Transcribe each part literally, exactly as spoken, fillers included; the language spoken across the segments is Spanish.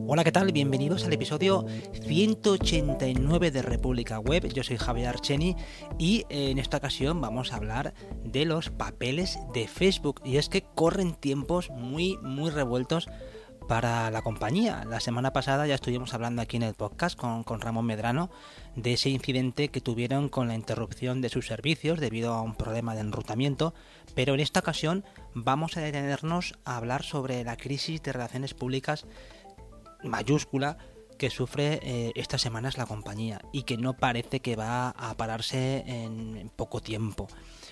Hola, ¿qué tal? Bienvenidos al episodio ciento ochenta y nueve de República Web. Yo soy Javier Archeni y en esta ocasión vamos a hablar de los papeles de Facebook. Y es que corren tiempos muy, muy revueltos para la compañía. La semana pasada ya estuvimos hablando aquí en el podcast con, con Ramón Medrano de ese incidente que tuvieron con la interrupción de sus servicios debido a un problema de enrutamiento, pero en esta ocasión vamos a detenernos a hablar sobre la crisis de relaciones públicas mayúscula que sufre eh, estas semanas la compañía y que no parece que va a pararse en, en poco tiempo.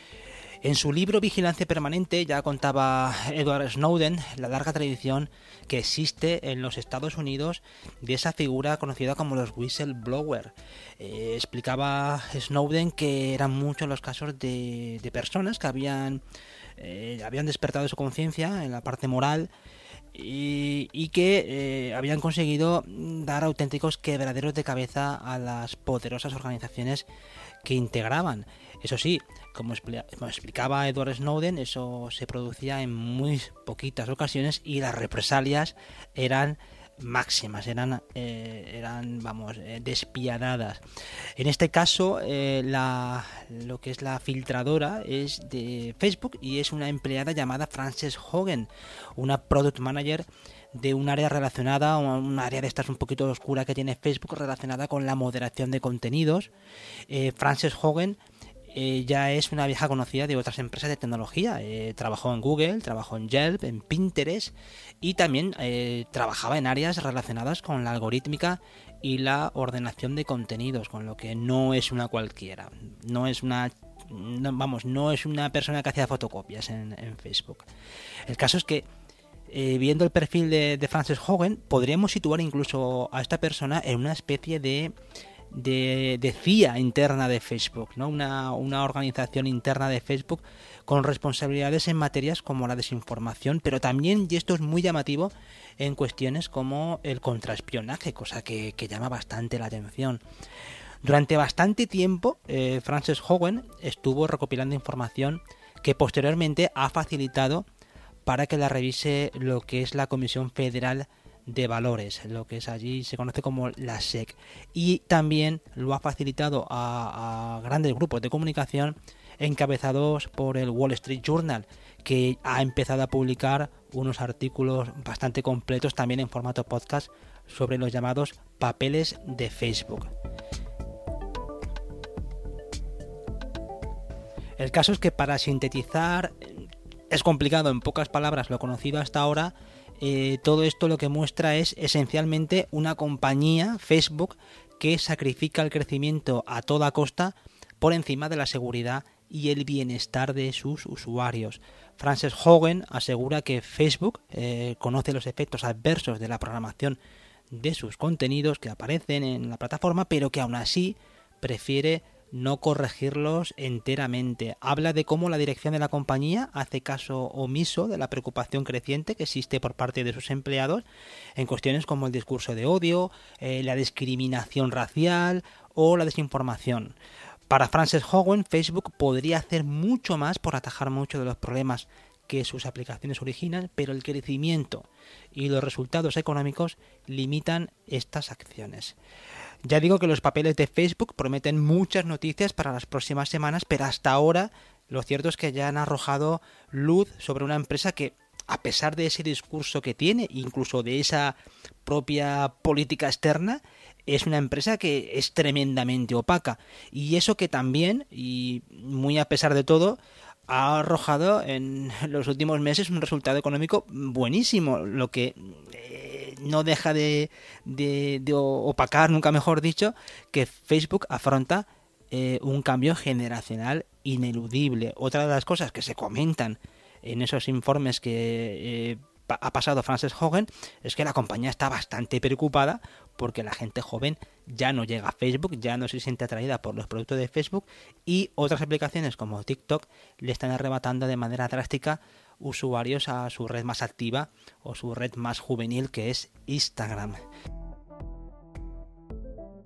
En su libro Vigilancia Permanente ya contaba Edward Snowden la larga tradición que existe en los Estados Unidos de esa figura conocida como los whistleblower. Eh, explicaba Snowden que eran muchos los casos de, de personas que habían, eh, habían despertado su conciencia en la parte moral y, y que eh, habían conseguido dar auténticos quebraderos de cabeza a las poderosas organizaciones que integraban. Eso sí, como explicaba Edward Snowden, eso se producía en muy poquitas ocasiones y las represalias eran máximas, eran, eh, eran vamos, eh, despiadadas. En este caso, eh, la, lo que es la filtradora es de Facebook y es una empleada llamada Frances Hogan, una product manager de un área relacionada, un área de estas un poquito oscura que tiene Facebook relacionada con la moderación de contenidos. Eh, Frances Hogan Eh, ya es una vieja conocida de otras empresas de tecnología. Eh, trabajó en Google, trabajó en Yelp, en Pinterest y también eh, trabajaba en áreas relacionadas con la algorítmica y la ordenación de contenidos, con lo que no es una cualquiera. No es una, no, vamos, no es una persona que hacía fotocopias en, en Facebook. El caso es que eh, viendo el perfil de, de Frances Hogan, podríamos situar incluso a esta persona en una especie de De, de C I A interna de Facebook, ¿no? Una, una organización interna de Facebook con responsabilidades en materias como la desinformación, pero también, y esto es muy llamativo, en cuestiones como el contraespionaje, cosa que, que llama bastante la atención. Durante bastante tiempo, eh, Frances Hogan estuvo recopilando información que posteriormente ha facilitado para que la revise lo que es la Comisión Federal de Valores, lo que es allí se conoce como la S E C, y también lo ha facilitado a, a grandes grupos de comunicación encabezados por el Wall Street Journal, que ha empezado a publicar unos artículos bastante completos también en formato podcast sobre los llamados papeles de Facebook. El caso es que, para sintetizar, es complicado en pocas palabras lo conocido hasta ahora. Eh, todo esto lo que muestra es esencialmente una compañía, Facebook, que sacrifica el crecimiento a toda costa por encima de la seguridad y el bienestar de sus usuarios. Frances Hogan asegura que Facebook eh, conoce los efectos adversos de la programación de sus contenidos que aparecen en la plataforma, pero que aún así prefiere no corregirlos enteramente. Habla de cómo la dirección de la compañía hace caso omiso de la preocupación creciente que existe por parte de sus empleados en cuestiones como el discurso de odio, eh, la discriminación racial o la desinformación. Para Frances Hogan, Facebook podría hacer mucho más por atajar muchos de los problemas que sus aplicaciones originan, pero el crecimiento y los resultados económicos limitan estas acciones. Ya digo que los papeles de Facebook prometen muchas noticias para las próximas semanas, pero hasta ahora lo cierto es que ya han arrojado luz sobre una empresa que, a pesar de ese discurso que tiene, incluso de esa propia política externa, es una empresa que es tremendamente opaca. Y eso que también, y muy a pesar de todo, ha arrojado en los últimos meses un resultado económico buenísimo, lo que eh, no deja de, de, de opacar, nunca mejor dicho, que Facebook afronta eh, un cambio generacional ineludible. Otra de las cosas que se comentan en esos informes que eh, ha pasado Frances Hogan es que la compañía está bastante preocupada porque la gente joven ya no llega a Facebook, ya no se siente atraída por los productos de Facebook, y otras aplicaciones como TikTok le están arrebatando de manera drástica usuarios a su red más activa o su red más juvenil, que es Instagram.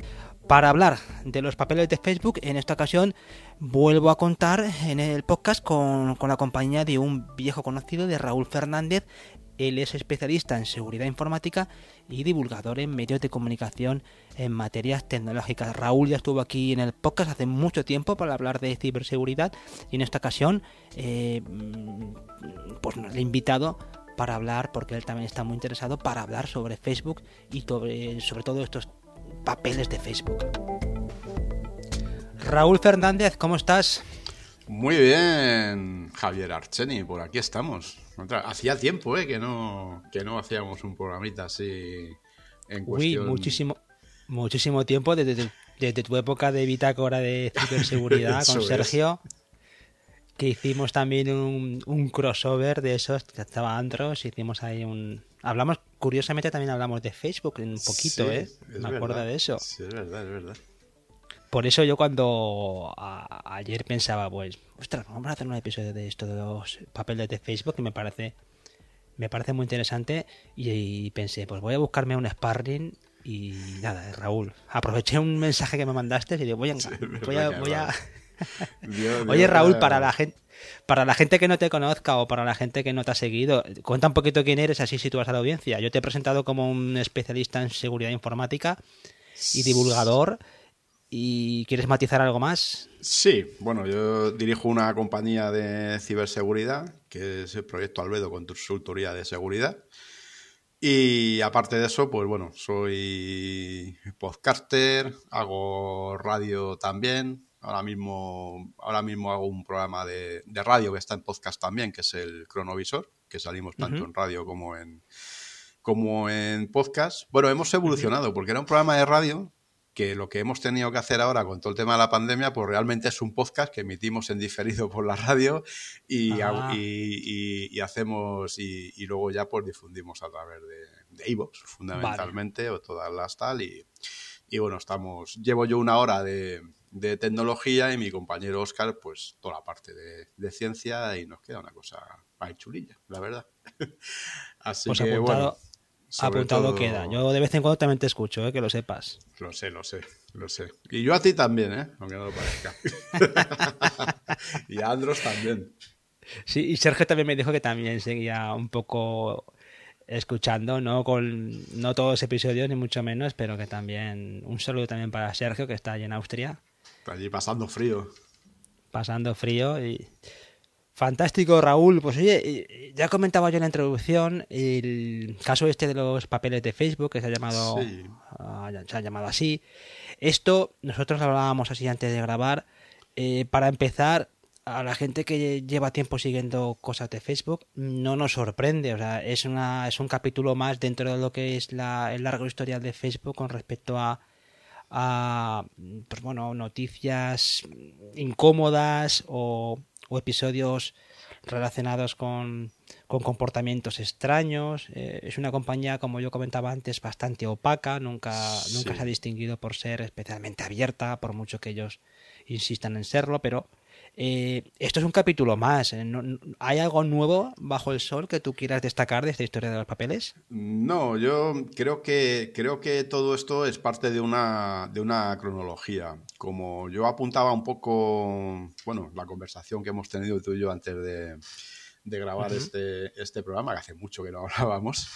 para hablar de los papeles de Facebook. En esta ocasión vuelvo a contar en el podcast con, con la compañía de un viejo conocido, de Raúl Fernández. Él es especialista en seguridad informática y divulgador en medios de comunicación en materias tecnológicas. Raúl ya estuvo aquí en el podcast hace mucho tiempo para hablar de ciberseguridad y en esta ocasión eh, pues le he invitado para hablar, porque él también está muy interesado, para hablar sobre Facebook y sobre, sobre todo estos papeles de Facebook. Raúl Fernández, ¿cómo estás? Muy bien, Javier Archeni, por aquí estamos. Hacía tiempo eh, que no que no hacíamos un programita así en cuestión. Uy, muchísimo, muchísimo tiempo, desde, desde tu época de bitácora de ciberseguridad con Sergio, es. Que hicimos también un, un crossover de esos, que estaba Andros, hicimos ahí un... Hablamos, curiosamente también hablamos de Facebook un poquito, sí, ¿eh? Me acuerdo verdad. de eso. Sí, es verdad, es verdad. Por eso yo cuando a, ayer pensaba, pues, ostras, vamos a hacer un episodio de esto de los papeles de Facebook, que me parece me parece muy interesante, y, y pensé, pues voy a buscarme un sparring y nada, Raúl, aproveché un mensaje que me mandaste y digo, voy a... Sí, voy a, voy a... Dios, Oye, Dios, Raúl, Dios. para la gente para la gente que no te conozca o para la gente que no te ha seguido, cuenta un poquito quién eres, así sitúas a la audiencia. Yo te he presentado como un especialista en seguridad informática y divulgador. ¿Y quieres matizar algo más? Sí, bueno, yo dirijo una compañía de ciberseguridad, que es el Proyecto Albedo Consultoría de Seguridad. Y aparte de eso, pues bueno, soy podcaster, hago radio también. Ahora mismo, ahora mismo hago un programa de, de radio que está en podcast también, que es el Cronovisor, que salimos tanto uh-huh. en radio como en, como en podcast. Bueno, hemos evolucionado, uh-huh. porque era un programa de radio que lo que hemos tenido que hacer ahora con todo el tema de la pandemia, pues realmente es un podcast que emitimos en diferido por la radio y, ah. y, y, y hacemos y, y luego ya pues difundimos a través de, de iVoox, fundamentalmente, vale. o todas las tal y, y bueno, estamos, llevo yo una hora de, de tecnología y mi compañero Óscar, pues toda la parte de, de ciencia y nos queda una cosa ahí chulilla, la verdad. Así pues que apuntado. bueno. Sobre Apuntado todo... queda. Yo de vez en cuando también te escucho, ¿eh? Que lo sepas. Lo sé, lo sé, lo sé. Y yo a ti también, ¿eh? Aunque no lo parezca. Y a Andros también. Sí, y Sergio también me dijo que también seguía un poco escuchando, no con no todos los episodios, ni mucho menos, pero que también... Un saludo también para Sergio, que está allí en Austria. Está allí pasando frío. Pasando frío y... Fantástico, Raúl. Pues oye, ya comentaba yo en la introducción el caso este de los papeles de Facebook, que se ha llamado, sí. uh, se ha llamado así. Esto, nosotros hablábamos así antes de grabar. Eh, para empezar, a la gente que lleva tiempo siguiendo cosas de Facebook, no nos sorprende. O sea, es una es un capítulo más dentro de lo que es la, el largo historial de Facebook con respecto a, a pues bueno, noticias incómodas o... o episodios relacionados con, con comportamientos extraños. Eh, es una compañía, como yo comentaba antes, bastante opaca, nunca, sí. nunca se ha distinguido por ser especialmente abierta, por mucho que ellos insistan en serlo, pero eh, esto es un capítulo más. ¿No, ¿Hay algo nuevo bajo el sol que tú quieras destacar de esta historia de los papeles? No, yo creo que creo que todo esto es parte de una de una cronología. Como yo apuntaba un poco, bueno, la conversación que hemos tenido tú y yo antes de, de grabar uh-huh. este, este programa, que hace mucho que no hablábamos,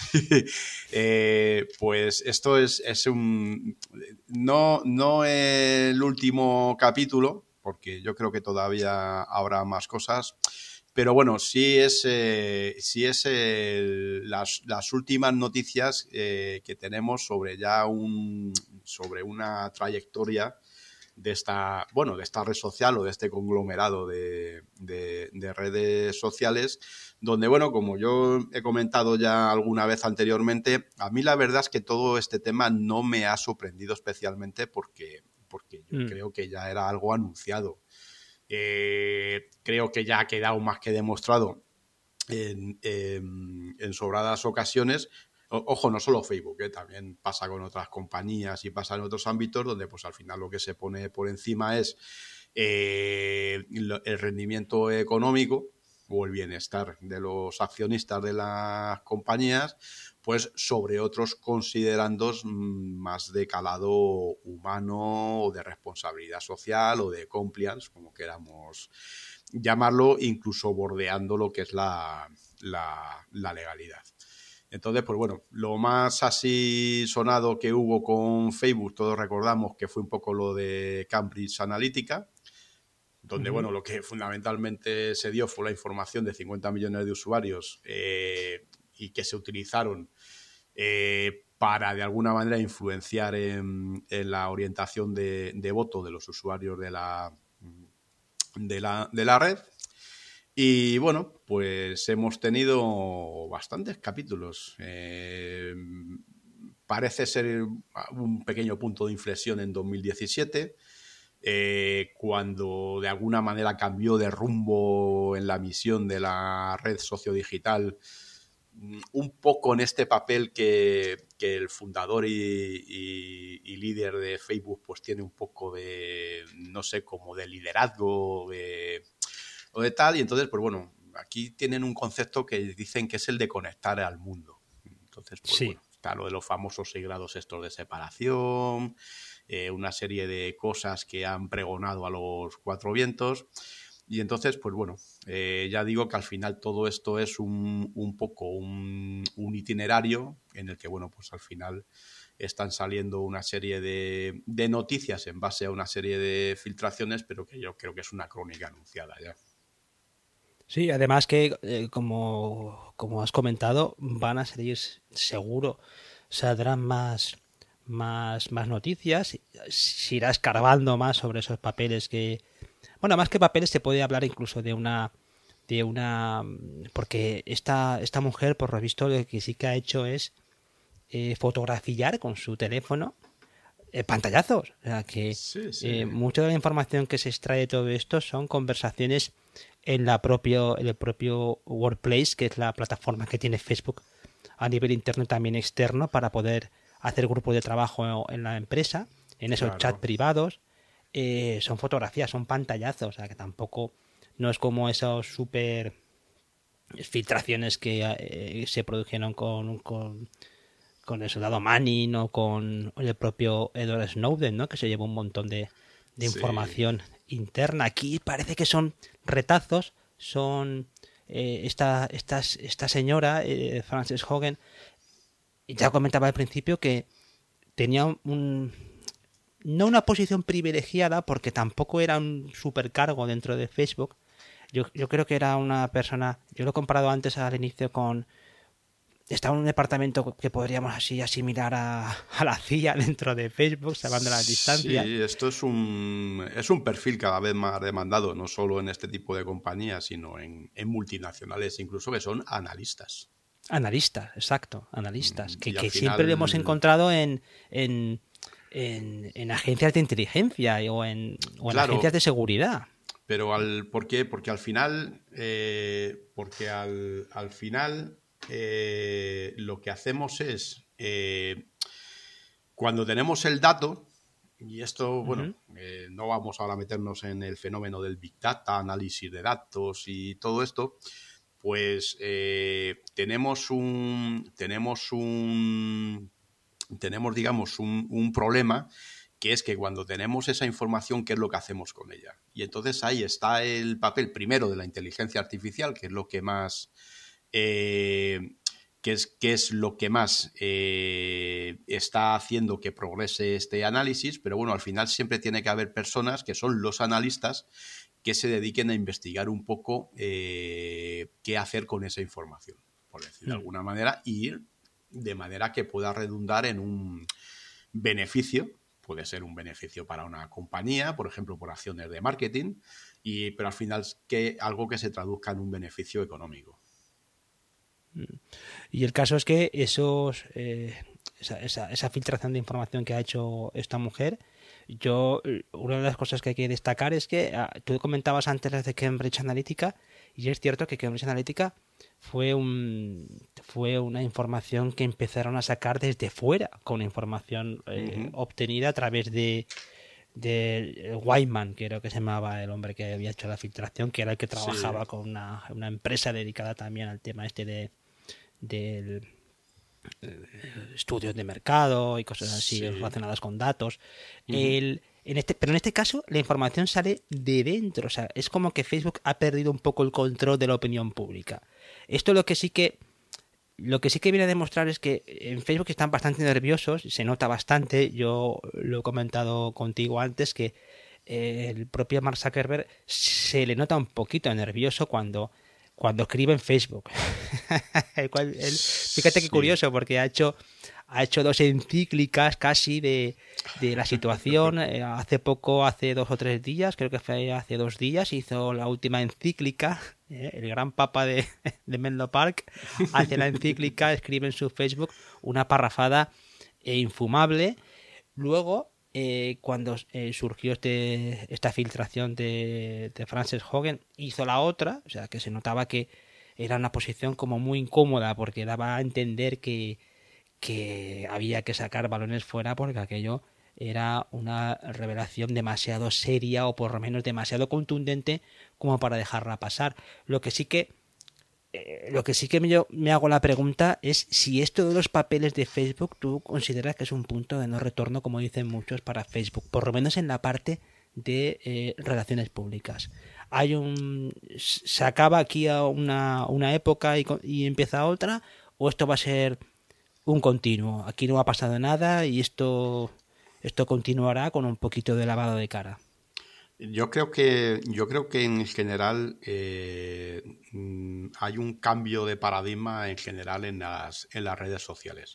eh, pues esto es, es un... No, no el último capítulo, porque yo creo que todavía habrá más cosas, pero bueno, sí es, eh, sí es eh, las, las últimas noticias eh, que tenemos sobre ya un, sobre una trayectoria de esta, bueno, de esta red social o de este conglomerado de, de, de redes sociales, donde, bueno, como yo he comentado ya alguna vez anteriormente, a mí la verdad es que todo este tema no me ha sorprendido especialmente porque, porque yo mm. creo que ya era algo anunciado. Eh, creo que ya ha quedado más que demostrado en, en, en sobradas ocasiones. Ojo, no solo Facebook, ¿eh? También pasa con otras compañías y pasa en otros ámbitos donde pues al final lo que se pone por encima es eh, el rendimiento económico o el bienestar de los accionistas de las compañías pues sobre otros considerandos más de calado humano o de responsabilidad social o de compliance, como queramos llamarlo, incluso bordeando lo que es la, la, la legalidad. Entonces, pues bueno, lo más así sonado que hubo con Facebook, todos recordamos que fue un poco lo de Cambridge Analytica, donde, uh-huh. bueno, lo que fundamentalmente se dio fue la información de cincuenta millones de usuarios eh, y que se utilizaron eh, para, de alguna manera, influenciar en, en la orientación de, de voto de los usuarios de la, de la, de la red. Y bueno, pues hemos tenido bastantes capítulos. Eh, parece ser un pequeño punto de inflexión en dos mil diecisiete, eh, cuando de alguna manera cambió de rumbo en la misión de la red sociodigital, un poco en este papel que, que el fundador y, y, y líder de Facebook pues tiene un poco de, no sé, como de liderazgo, de... o de tal, y entonces, pues bueno, aquí tienen un concepto que dicen que es el de conectar al mundo. Entonces, pues sí. bueno, está lo de los famosos seis grados estos de separación, eh, una serie de cosas que han pregonado a los cuatro vientos, y entonces, pues bueno, eh, ya digo que al final todo esto es un, un poco un, un itinerario en el que, bueno, pues al final están saliendo una serie de, de noticias en base a una serie de filtraciones, pero que yo creo que es una crónica anunciada ya. Sí, además que, eh, como, como has comentado, van a salir seguro, saldrán más, más, más noticias, se irá escarbando más sobre esos papeles que... Bueno, más que papeles se puede hablar incluso de una... de una porque esta, esta mujer, por lo visto, lo que sí que ha hecho es eh, fotografiar con su teléfono eh, pantallazos. O sea, que sí, sí. Eh, mucha de la información que se extrae de todo esto son conversaciones en la propio, en el propio Workplace, que es la plataforma que tiene Facebook a nivel interno y también externo para poder hacer grupos de trabajo en la empresa, en esos Claro. chats privados. Eh, son fotografías, son pantallazos, o sea que tampoco no es como esas super filtraciones que eh, se produjeron con, con, con el soldado Manning o con el propio Edward Snowden, ¿no? Que se llevó un montón de, de Sí. información interna. Aquí parece que son retazos, son eh, esta, esta, esta señora, eh, Frances Hogan, ya comentaba al principio que tenía un... no una posición privilegiada, porque tampoco era un supercargo dentro de Facebook. Yo, yo creo que era una persona, yo lo he comparado antes al inicio con... Estaba en un departamento que podríamos así asimilar a, a la C I A dentro de Facebook, salvando las distancias. Sí, esto es un, es un perfil cada vez más demandado, no solo en este tipo de compañías, sino en, en multinacionales, incluso que son analistas. Analistas, exacto, analistas. Que, que final... siempre lo hemos encontrado en, en, en, en agencias de inteligencia o en, o en claro, agencias de seguridad. Pero al, ¿por qué? Porque al final, eh, porque al, al final eh, lo que hacemos es, eh, cuando tenemos el dato, y esto, bueno, uh-huh. eh, no vamos ahora a meternos en el fenómeno del Big Data, análisis de datos y todo esto, pues eh, tenemos un, tenemos un, tenemos, digamos, un, un problema, que es que cuando tenemos esa información, ¿qué es lo que hacemos con ella? Y entonces ahí está el papel primero de la inteligencia artificial, que es lo que más, eh, que es, que es lo que más eh, está haciendo que progrese este análisis, pero bueno, al final siempre tiene que haber personas que son los analistas que se dediquen a investigar un poco eh, qué hacer con esa información, por decir de alguna manera, y de manera que pueda redundar en un beneficio. Puede ser un beneficio para una compañía, por ejemplo, por acciones de marketing, y, pero al final que algo que se traduzca en un beneficio económico. Y el caso es que esos eh, esa, esa, esa filtración de información que ha hecho esta mujer, yo una de las cosas que hay que destacar es que ah, tú comentabas antes de Cambridge Analytica, y es cierto que Cambridge Analytica fue un fue una información que empezaron a sacar desde fuera, con información eh, uh-huh. obtenida a través de de Wyman, que creo que se llamaba el hombre que había hecho la filtración, que era el que trabajaba sí. con una, una empresa dedicada también al tema este de del estudios de mercado y cosas así Sí. relacionadas con datos. Ujú. El, en este, pero en este caso la información sale de dentro. O sea, es como que Facebook ha perdido un poco el control de la opinión pública. Esto lo que sí que lo que sí que viene a demostrar es que en Facebook están bastante nerviosos, se nota bastante. Yo lo he comentado contigo antes que eh, el propio Mark Zuckerberg se le nota un poquito nervioso cuando cuando escribe en Facebook. El cual, él, fíjate qué Sí. curioso, porque ha hecho, ha hecho dos encíclicas casi de, de la situación. Eh, hace poco, hace dos o tres días, creo que fue hace dos días, hizo la última encíclica. Eh, el gran papa de, de Menlo Park hace la encíclica, escribe en su Facebook una parrafada eh, infumable. Luego, eh, cuando eh, surgió este, esta filtración de, de Frances Hogan, hizo la otra, o sea, que se notaba que era una posición como muy incómoda porque daba a entender que, que había que sacar balones fuera porque aquello era una revelación demasiado seria o por lo menos demasiado contundente como para dejarla pasar. Lo que sí que eh, lo que sí que yo me hago la pregunta es si esto de los papeles de Facebook tú consideras que es un punto de no retorno, como dicen muchos, para Facebook, por lo menos en la parte de eh, relaciones públicas. Hay un se acaba aquí a una, una época y, y empieza otra, o esto va a ser un continuo. Aquí no ha pasado nada y esto esto continuará con un poquito de lavado de cara. Yo creo que, yo creo que en general eh, mm, hay un cambio de paradigma en general en las, en las redes sociales.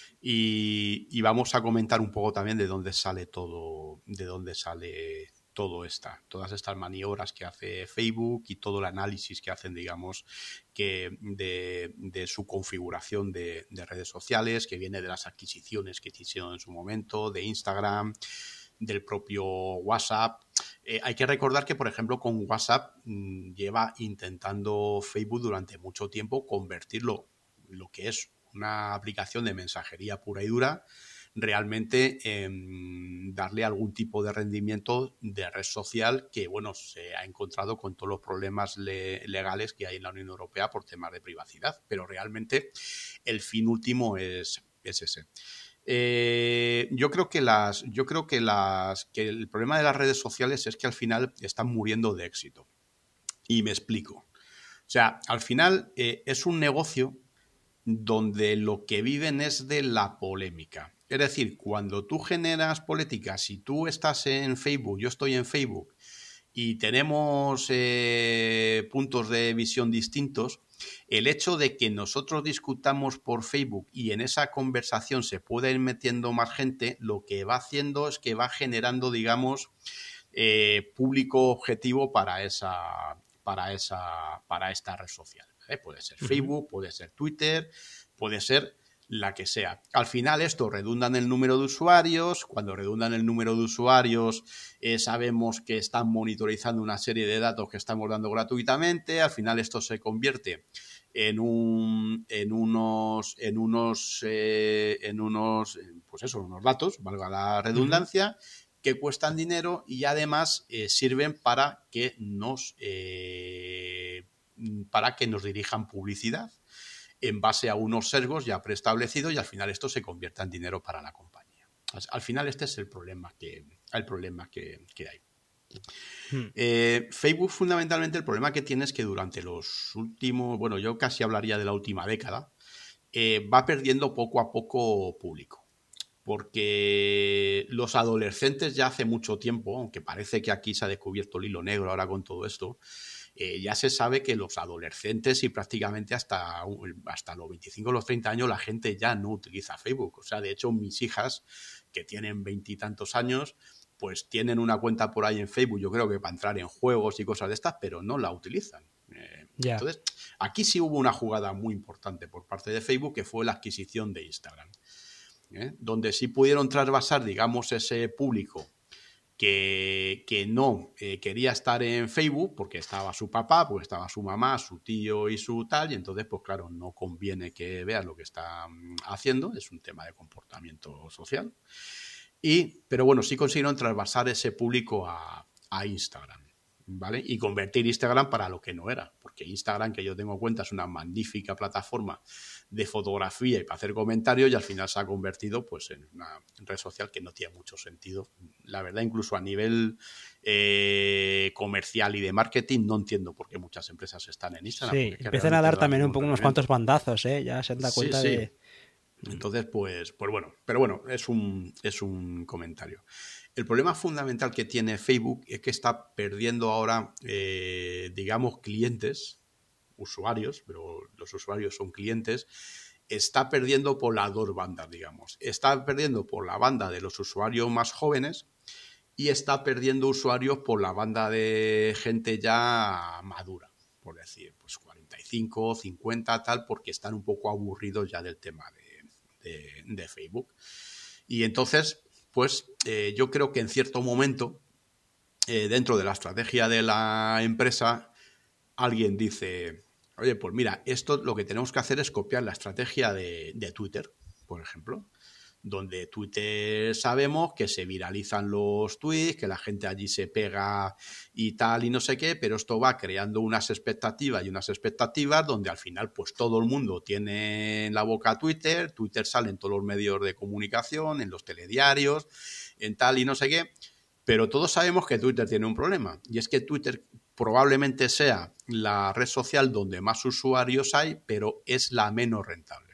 Y, y vamos a comentar un poco también de dónde sale todo, de dónde sale todo esta, todas estas maniobras que hace Facebook y todo el análisis que hacen, digamos, que de, de su configuración de, de redes sociales, que viene de las adquisiciones que hicieron en su momento, de Instagram, del propio WhatsApp. Eh, hay que recordar que, por ejemplo, con WhatsApp mmm, lleva intentando Facebook durante mucho tiempo convertirlo, lo que es una aplicación de mensajería pura y dura, realmente eh, darle algún tipo de rendimiento de red social que, bueno, se ha encontrado con todos los problemas le legales que hay en la Unión Europea por temas de privacidad, pero realmente el fin último es, es ese. Eh, yo creo que las, yo creo que las, que el problema de las redes sociales es que al final están muriendo de éxito. Y me explico. O sea, al final eh, es un negocio donde lo que viven es de la polémica. Es decir, cuando tú generas política, si tú estás en Facebook, yo estoy en Facebook y tenemos eh, puntos de visión distintos, el hecho de que nosotros discutamos por Facebook y en esa conversación se pueda ir metiendo más gente, lo que va haciendo es que va generando, digamos, eh, público objetivo para esa, para esa, para esta red social. ¿eh? Puede ser Facebook, uh-huh. puede ser Twitter, puede ser la que sea. Al final esto redunda en el número de usuarios. Cuando redunda en el número de usuarios eh, sabemos que están monitorizando una serie de datos que estamos dando gratuitamente. Al final esto se convierte en un en unos en unos eh, en unos pues eso, unos datos, valga la redundancia, uh-huh. que cuestan dinero y además eh, sirven para que nos eh, para que nos dirijan publicidad en base a unos sesgos ya preestablecidos y al final esto se convierta en dinero para la compañía. Al final este es el problema que, el problema que, que hay. Hmm. Eh, Facebook fundamentalmente el problema que tiene es que durante los últimos, bueno, yo casi hablaría de la última década, eh, va perdiendo poco a poco público. Porque los adolescentes ya hace mucho tiempo, aunque parece que aquí se ha descubierto el hilo negro ahora con todo esto, Eh, ya se sabe que los adolescentes y prácticamente hasta, hasta los veinticinco o los treinta años la gente ya no utiliza Facebook. O sea, de hecho, mis hijas, que tienen veintitantos años, pues tienen una cuenta por ahí en Facebook, yo creo que para entrar en juegos y cosas de estas, pero no la utilizan. Eh, yeah. Entonces, aquí sí hubo una jugada muy importante por parte de Facebook, que fue la adquisición de Instagram, ¿eh? Donde sí pudieron trasvasar, digamos, ese público Que, que no eh, quería estar en Facebook porque estaba su papá, porque estaba su mamá, su tío y su tal, y entonces, pues claro, no conviene que veas lo que está haciendo, es un tema de comportamiento social. Y, pero bueno, sí consiguieron trasvasar ese público a, a Instagram. ¿vale? Y convertir Instagram para lo que no era, porque Instagram, que yo tengo cuenta, es una magnífica plataforma de fotografía y para hacer comentarios, y al final se ha convertido pues en una red social que no tiene mucho sentido. La verdad, incluso a nivel eh, comercial y de marketing, no entiendo por qué muchas empresas están en Instagram. Sí, es que empiezan a dar también un poco unos cuantos bandazos, ¿eh? Ya se han dado cuenta sí, sí. de... Entonces, pues, pues bueno, pero bueno, es un, es un comentario. El problema fundamental que tiene Facebook es que está perdiendo ahora, eh, digamos, clientes, usuarios, pero los usuarios son clientes, está perdiendo por las dos bandas, digamos. Está perdiendo por la banda de los usuarios más jóvenes y está perdiendo usuarios por la banda de gente ya madura, por decir, pues cuarenta y cinco, cincuenta, tal, porque están un poco aburridos ya del tema de, de, de Facebook. Y entonces... pues eh, yo creo que en cierto momento, eh, dentro de la estrategia de la empresa, alguien dice, oye, pues mira, esto lo que tenemos que hacer es copiar la estrategia de, de Twitter, por ejemplo, donde Twitter sabemos que se viralizan los tweets, que la gente allí se pega y tal y no sé qué, pero esto va creando unas expectativas y unas expectativas donde al final pues todo el mundo tiene en la boca Twitter, Twitter sale en todos los medios de comunicación, en los telediarios, en tal y no sé qué, pero todos sabemos que Twitter tiene un problema y es que Twitter probablemente sea la red social donde más usuarios hay, pero es la menos rentable.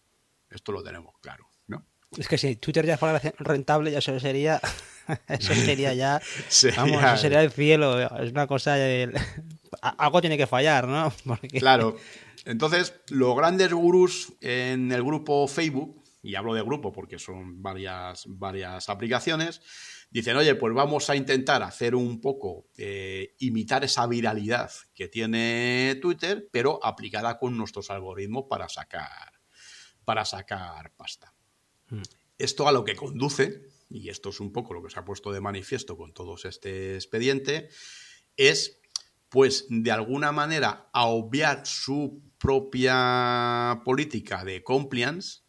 Esto lo tenemos claro. Es que si Twitter ya fuera rentable, ya eso sería, eso sería ya, sería... vamos, eso sería el cielo. Es una cosa, de, algo tiene que fallar, ¿no? Porque... Claro. Entonces, los grandes gurús en el grupo Facebook, y hablo de grupo porque son varias, varias aplicaciones, dicen, oye, pues vamos a intentar hacer un poco, eh, imitar esa viralidad que tiene Twitter, pero aplicada con nuestros algoritmos para sacar, para sacar pasta. Esto a lo que conduce, y esto es un poco lo que se ha puesto de manifiesto con todo este expediente, es, pues, de alguna manera, a obviar su propia política de compliance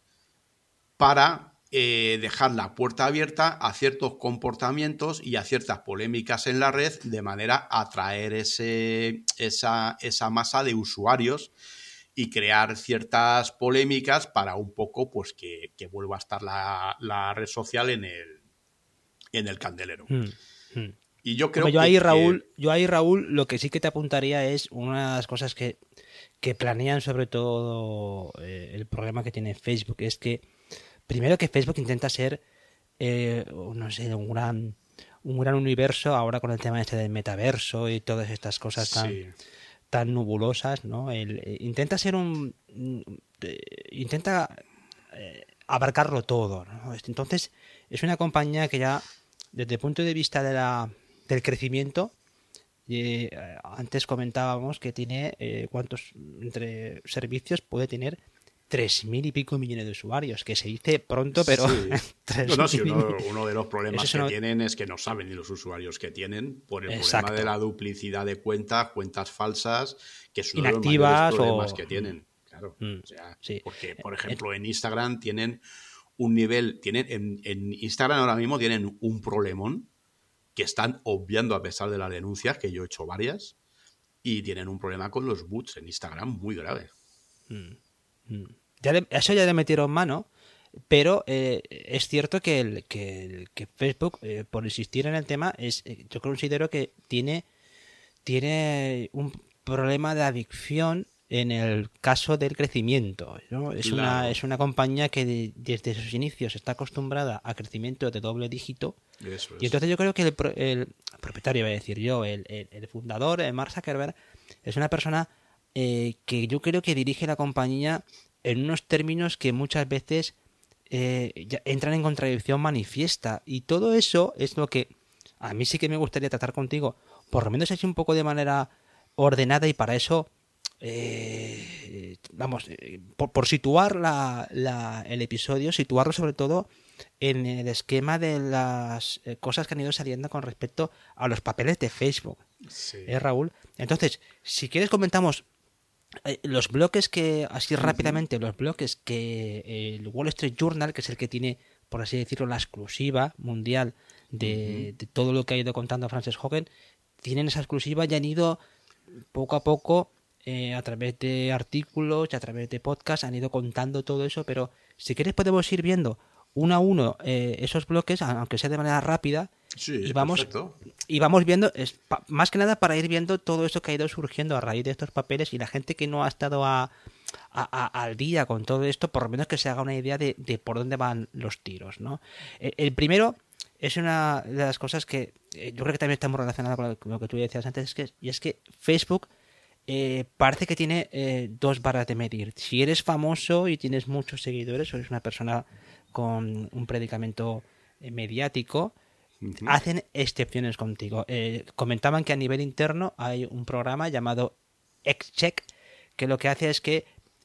para eh, dejar la puerta abierta a ciertos comportamientos y a ciertas polémicas en la red, de manera a atraer ese, esa, esa masa de usuarios y crear ciertas polémicas para un poco pues que, que vuelva a estar la, la red social en el, en el candelero. Hmm. Hmm. Y yo creo Hombre, yo que, ahí, Raúl, que... yo ahí, Raúl, lo que sí que te apuntaría es una de las cosas que, que planean sobre todo eh, el problema que tiene Facebook, es que primero que Facebook intenta ser eh, no sé, un gran un gran universo ahora con el tema este del metaverso y todas estas cosas tan... Sí. tan nebulosas, ¿no? El, eh, intenta ser un... Eh, intenta eh, abarcarlo todo, ¿no? Entonces, es una compañía que ya, desde el punto de vista de la, del crecimiento, eh, antes comentábamos que tiene, eh, ¿cuántos entre servicios puede tener? Tres mil y pico millones de usuarios, que se dice pronto, pero... Sí. no, no, sí, uno, uno de los problemas que uno... tienen es que no saben ni los usuarios que tienen por el Exacto. problema de la duplicidad de cuentas, cuentas falsas, que es uno inactivas de los problemas o... que tienen. Claro, mm, o sea, sí. porque, por ejemplo, en Instagram tienen un nivel... tienen en, en Instagram ahora mismo tienen un problemón que están obviando a pesar de las denuncias, que yo he hecho varias, y tienen un problema con los bots en Instagram muy grave. Mm, mm. Ya le, eso ya le metieron mano, pero eh, es cierto que, el, que, el, que Facebook, eh, por insistir en el tema, es eh, yo considero que tiene, tiene un problema de adicción en el caso del crecimiento, ¿no? Es, claro. una, es una compañía que de, desde sus inicios está acostumbrada a crecimiento de doble dígito. Eso es. Y entonces yo creo que el, el propietario, voy a decir yo, el, el, el fundador, el Mark Zuckerberg, es una persona eh, que yo creo que dirige la compañía en unos términos que muchas veces eh, ya entran en contradicción manifiesta. Y todo eso es lo que a mí sí que me gustaría tratar contigo, por lo menos así un poco de manera ordenada, y para eso, eh, vamos, eh, por, por situar la, la, el episodio, situarlo sobre todo en el esquema de las eh, cosas que han ido saliendo con respecto a los papeles de Facebook. Sí. ¿Eh, Raúl? Entonces, si quieres comentamos los bloques que, así rápidamente, los bloques que el Wall Street Journal, que es el que tiene, por así decirlo, la exclusiva mundial de, uh-huh. de todo lo que ha ido contando Frances Haugen, tienen esa exclusiva y han ido poco a poco, eh, a través de artículos y a través de podcasts, han ido contando todo eso, pero si quieres podemos ir viendo uno a uno eh, esos bloques, aunque sea de manera rápida, sí, y vamos perfecto. y vamos viendo, es, pa, más que nada para ir viendo todo eso que ha ido surgiendo a raíz de estos papeles, y la gente que no ha estado a, a, a, al día con todo esto, por lo menos que se haga una idea de, de por dónde van los tiros, ¿no? El, el primero es una de las cosas que eh, yo creo que también está muy relacionada con lo, con lo que tú decías antes, es que, y es que Facebook eh, parece que tiene eh, dos varas de medir. Si eres famoso y tienes muchos seguidores, o eres una persona con un predicamento eh, mediático, uh-huh. hacen excepciones contigo. Eh, comentaban que a nivel interno hay un programa llamado X-Check, que lo que hace es que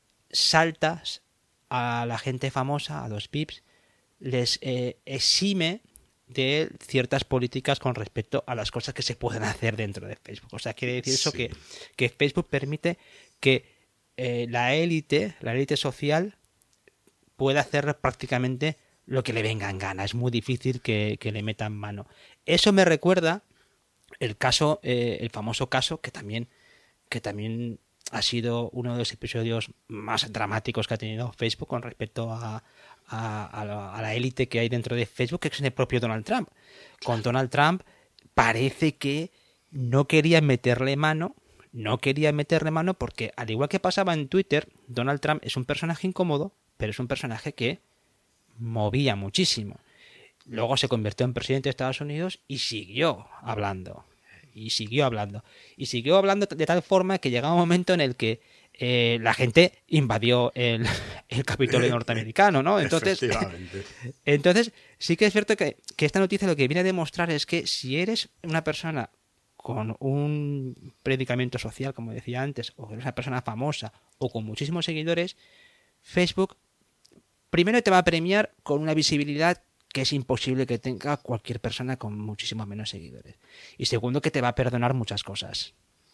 saltas a la gente famosa, a los pips, les eh, exime de ciertas políticas con respecto a las cosas que se pueden hacer dentro de Facebook. O sea, quiere decir eso sí. que, que Facebook permite que eh, la élite, la élite social, pueda hacer prácticamente lo que le venga en gana. Es muy difícil que, que le metan mano. Eso me recuerda el caso, eh, el famoso caso que también, que también ha sido uno de los episodios más dramáticos que ha tenido Facebook con respecto a, a, a la, a la élite que hay dentro de Facebook, que es el propio Donald Trump. Con Donald Trump parece que no querían meterle mano, no querían meterle mano porque, al igual que pasaba en Twitter, Donald Trump es un personaje incómodo, pero es un personaje que movía muchísimo. Luego se convirtió en presidente de Estados Unidos y siguió hablando. Y siguió hablando. Y siguió hablando de tal forma que llegaba un momento en el que eh, la gente invadió el, el Capitolio norteamericano, ¿no? Entonces, entonces sí que es cierto que, que esta noticia lo que viene a demostrar es que si eres una persona con un predicamento social, como decía antes, o eres una persona famosa o con muchísimos seguidores, Facebook primero te va a premiar con una visibilidad que es imposible que tenga cualquier persona con muchísimos menos seguidores. Y segundo, que te va a perdonar muchas cosas.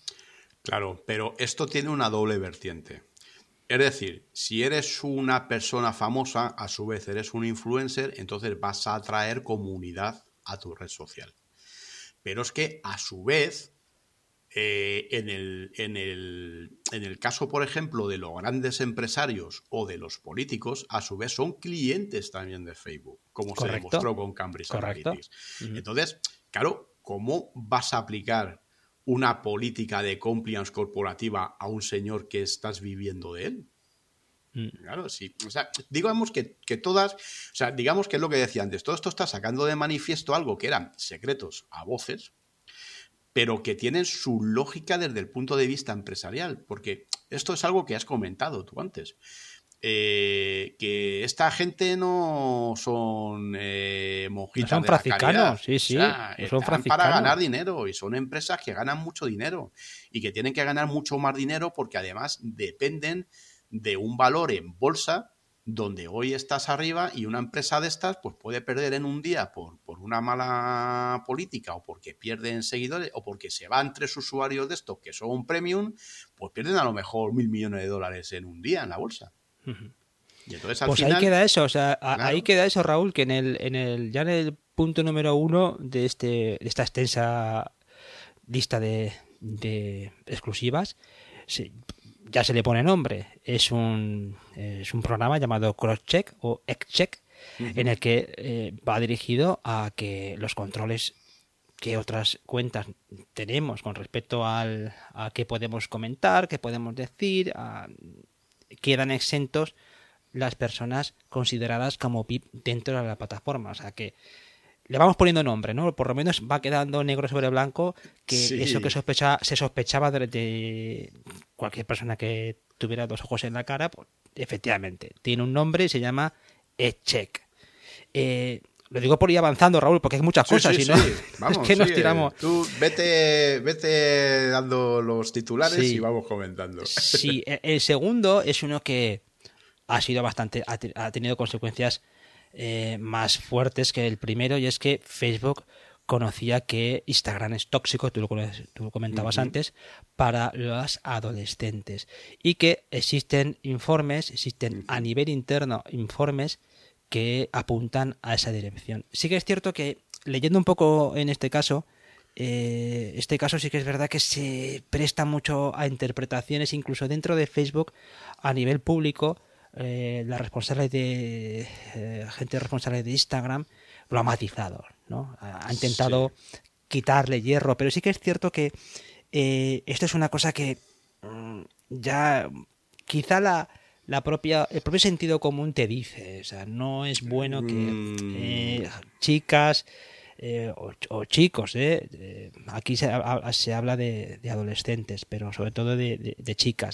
Claro, pero esto tiene una doble vertiente. Es decir, si eres una persona famosa, a su vez eres un influencer, entonces vas a atraer comunidad a tu red social. Pero es que, a su vez, eh, en, el, en, el, en el caso, por ejemplo, de los grandes empresarios o de los políticos, a su vez son clientes también de Facebook, como Correcto. se demostró con Cambridge Correcto. Analytics. Uh-huh. Entonces, claro, ¿cómo vas a aplicar una política de compliance corporativa a un señor que estás viviendo de él? Mm. Claro, sí. O sea, digamos que, que todas, o sea, digamos que es lo que decía antes, todo esto está sacando de manifiesto algo que eran secretos a voces, pero que tienen su lógica desde el punto de vista empresarial, porque esto es algo que has comentado tú antes. Eh, que esta gente no son eh, monjitas no son de la caridad. Sí, sí, o sea, no son están para ganar dinero y son empresas que ganan mucho dinero y que tienen que ganar mucho más dinero porque además dependen de un valor en bolsa donde hoy estás arriba y una empresa de estas pues puede perder en un día por, por una mala política o porque pierden seguidores o porque se van tres usuarios de estos que son premium, pues pierden a lo mejor mil millones de dólares en un día en la bolsa. Y entonces, al pues final, ahí queda eso, o sea, claro. ahí queda eso, Raúl, que en el, en el ya en el punto número uno de este de esta extensa lista de, de exclusivas, se, ya se le pone nombre. Es un es un programa llamado Crosscheck o X-Check, uh-huh. en el que eh, va dirigido a que los controles que otras cuentas tenemos con respecto al, a qué podemos comentar, qué podemos decir, a, quedan exentos las personas consideradas como V I P dentro de la plataforma. O sea que le vamos poniendo nombre, ¿no? Por lo menos va quedando negro sobre blanco que sí. Eso que sospecha, se sospechaba de, de cualquier persona que tuviera dos ojos en la cara, pues efectivamente tiene un nombre y se llama X-Check. Eh, lo digo por ir avanzando, Raúl, porque hay muchas sí, cosas, sí, y no, sí. Vamos, es que nos sigue. tiramos. Tú vete, vete dando los titulares sí. y vamos comentando. Sí, el segundo es uno que ha sido bastante, ha tenido consecuencias eh, más fuertes que el primero, y es que Facebook conocía que Instagram es tóxico, tú lo, tú lo comentabas uh-huh. antes, para los adolescentes, y que existen informes, existen uh-huh. a nivel interno informes que apuntan a esa dirección. Sí que es cierto que, leyendo un poco en este caso, eh, este caso sí que es verdad que se presta mucho a interpretaciones, incluso dentro de Facebook, a nivel público. Eh, la responsable de eh, gente responsable de Instagram lo ha matizado, ¿no? Ha, ha intentado sí. quitarle hierro, pero sí que es cierto que eh, esto es una cosa que mmm, ya quizá la, la propia el propio sentido común te dice, o sea, no es bueno que mm. eh, chicas eh, o, o chicos, eh, eh, aquí se, a, se habla de, de adolescentes, pero sobre todo de, de, de chicas.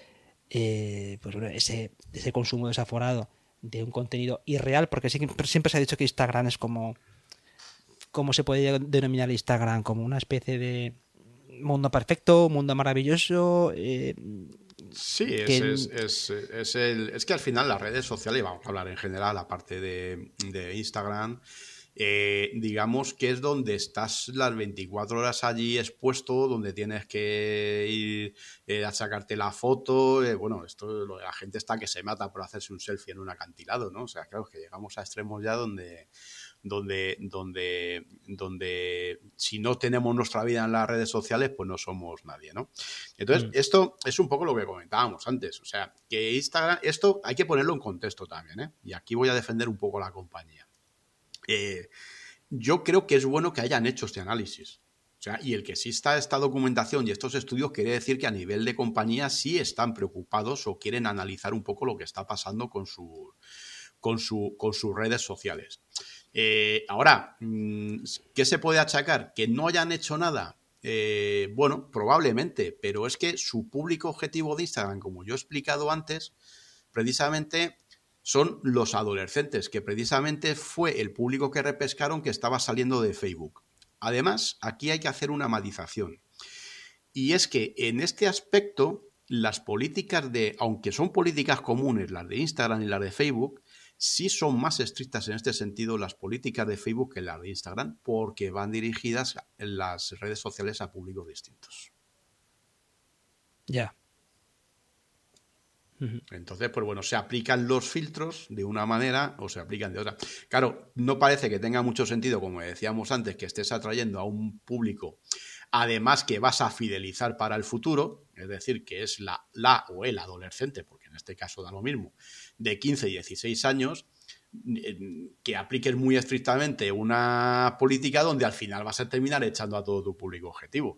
Eh, pues bueno, ese, ese consumo desaforado de un contenido irreal, porque sí, siempre se ha dicho que Instagram es como, ¿cómo se puede denominar Instagram? Como una especie de mundo perfecto, mundo maravilloso. Eh, sí, es, que... es, es, es, el, es que al final las redes sociales, vamos a hablar en general, aparte de, de Instagram, Eh, digamos que es donde estás las veinticuatro horas allí expuesto, donde tienes que ir eh, a sacarte la foto. Eh, bueno, esto lo de la gente está que se mata por hacerse un selfie en un acantilado, ¿no? O sea, claro, que llegamos a extremos ya donde, donde, donde, donde si no tenemos nuestra vida en las redes sociales, pues no somos nadie, ¿no? Entonces, mm. esto es un poco lo que comentábamos antes. O sea, que Instagram, esto hay que ponerlo en contexto también, ¿eh? Y aquí voy a defender un poco la compañía. Eh, yo creo que es bueno que hayan hecho este análisis. O sea, y el que exista esta documentación y estos estudios quiere decir que a nivel de compañía sí están preocupados o quieren analizar un poco lo que está pasando con, su, con, su, con sus redes sociales. Eh, ahora, ¿qué se puede achacar? ¿Que no hayan hecho nada? Eh, bueno, probablemente, pero es que su público objetivo de Instagram, como yo he explicado antes, precisamente son los adolescentes, que precisamente fue el público que repescaron que estaba saliendo de Facebook. Además, aquí hay que hacer una matización. Y es que en este aspecto, las políticas de, aunque son políticas comunes, las de Instagram y las de Facebook, sí son más estrictas en este sentido las políticas de Facebook que las de Instagram, porque van dirigidas en las redes sociales a públicos distintos. Ya. Yeah. Entonces, pues bueno, se aplican los filtros de una manera o se aplican de otra. Claro, no parece que tenga mucho sentido, como decíamos antes, que estés atrayendo a un público, además que vas a fidelizar para el futuro, es decir, que es la, la o el adolescente, porque en este caso da lo mismo, de quince y dieciséis años, que apliques muy estrictamente una política donde al final vas a terminar echando a todo tu público objetivo.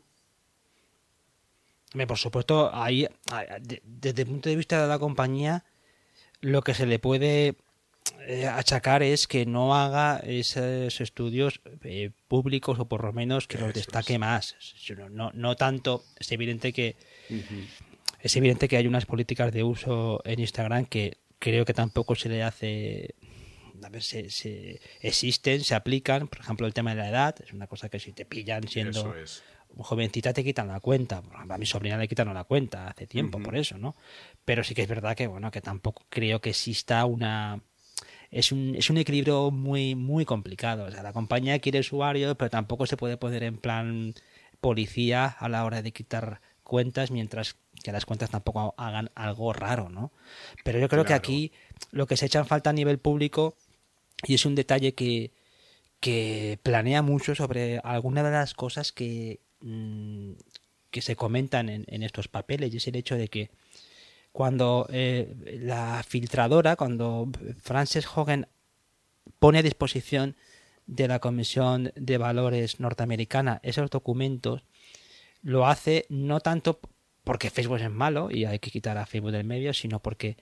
Por supuesto, ahí, desde el punto de vista de la compañía, lo que se le puede achacar es que no haga esos estudios eh, públicos, o por lo menos que Eso los destaque es. más. No, no tanto, es evidente que uh-huh. es evidente que hay unas políticas de uso en Instagram que creo que tampoco se le hace. A ver, se, se existen, se aplican. Por ejemplo, el tema de la edad es una cosa que si te pillan siendo Eso es. jovencita te quitan la cuenta. A mi sobrina le quitaron la cuenta hace tiempo uh-huh. por eso, ¿no? Pero sí que es verdad que bueno, que tampoco creo que exista una es un es un equilibrio muy muy complicado. O sea, la compañía quiere usuarios, pero tampoco se puede poner en plan policía a la hora de quitar cuentas, mientras que las cuentas tampoco hagan algo raro, ¿no? Pero yo creo claro. que aquí lo que se echa en falta a nivel público, y es un detalle que que planea mucho sobre alguna de las cosas que que se comentan en, en estos papeles, y es el hecho de que cuando eh, la filtradora, cuando Frances Haugen pone a disposición de la Comisión de Valores norteamericana esos documentos, lo hace no tanto porque Facebook es malo y hay que quitar a Facebook del medio, sino porque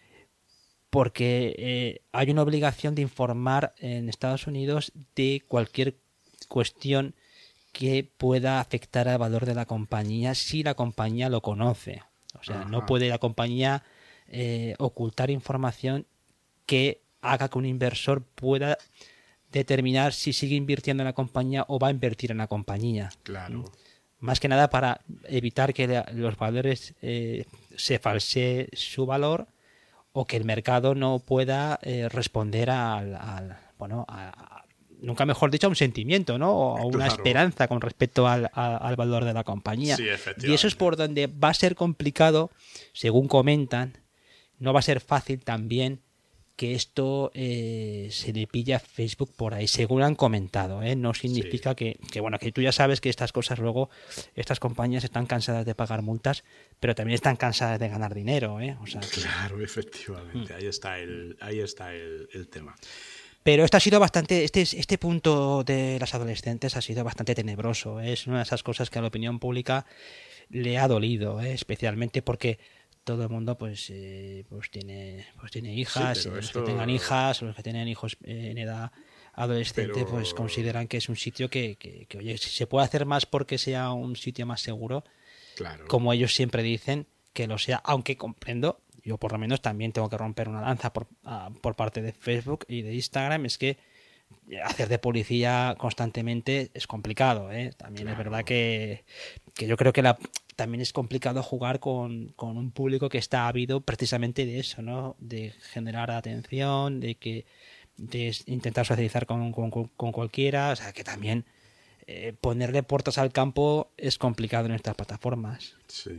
porque eh, hay una obligación de informar en Estados Unidos de cualquier cuestión que pueda afectar al valor de la compañía si la compañía lo conoce. O sea, Ajá. no puede la compañía eh, ocultar información que haga que un inversor pueda determinar si sigue invirtiendo en la compañía o va a invertir en la compañía. Claro. Más que nada para evitar que la, los valores eh, se falsee su valor, o que el mercado no pueda eh, responder al, al bueno a, a nunca mejor dicho, a un sentimiento, ¿no? O a una claro. esperanza con respecto al, a, al valor de la compañía. Sí, efectivamente. Y eso es por donde va a ser complicado, según comentan, no va a ser fácil también que esto eh, se le pilla a Facebook por ahí, según han comentado, ¿eh? No significa sí. que, que, bueno, que tú ya sabes que estas cosas luego, estas compañías están cansadas de pagar multas, pero también están cansadas de ganar dinero, ¿eh? O sea, claro, que... efectivamente, mm. ahí está el, ahí está el, el tema. Pero esto ha sido bastante, este, este punto de las adolescentes ha sido bastante tenebroso, ¿eh? Es una de esas cosas que a la opinión pública le ha dolido, ¿eh? Especialmente porque todo el mundo pues eh, pues tiene pues tiene hijas, sí, los eso... que tengan hijas o los que tienen hijos en edad adolescente pero... pues consideran que es un sitio que, que, que oye, si se puede hacer más porque sea un sitio más seguro, claro. Como ellos siempre dicen que lo sea, aunque comprendo, yo por lo menos también tengo que romper una lanza por, uh, por parte de Facebook y de Instagram, es que hacer de policía constantemente es complicado, ¿eh? También claro. Es verdad que, que yo creo que la también es complicado jugar con, con un público que está ávido precisamente de eso, ¿no? De generar atención, de que de intentar socializar con, con, con cualquiera, o sea que también eh, ponerle puertas al campo es complicado en estas plataformas. Sí.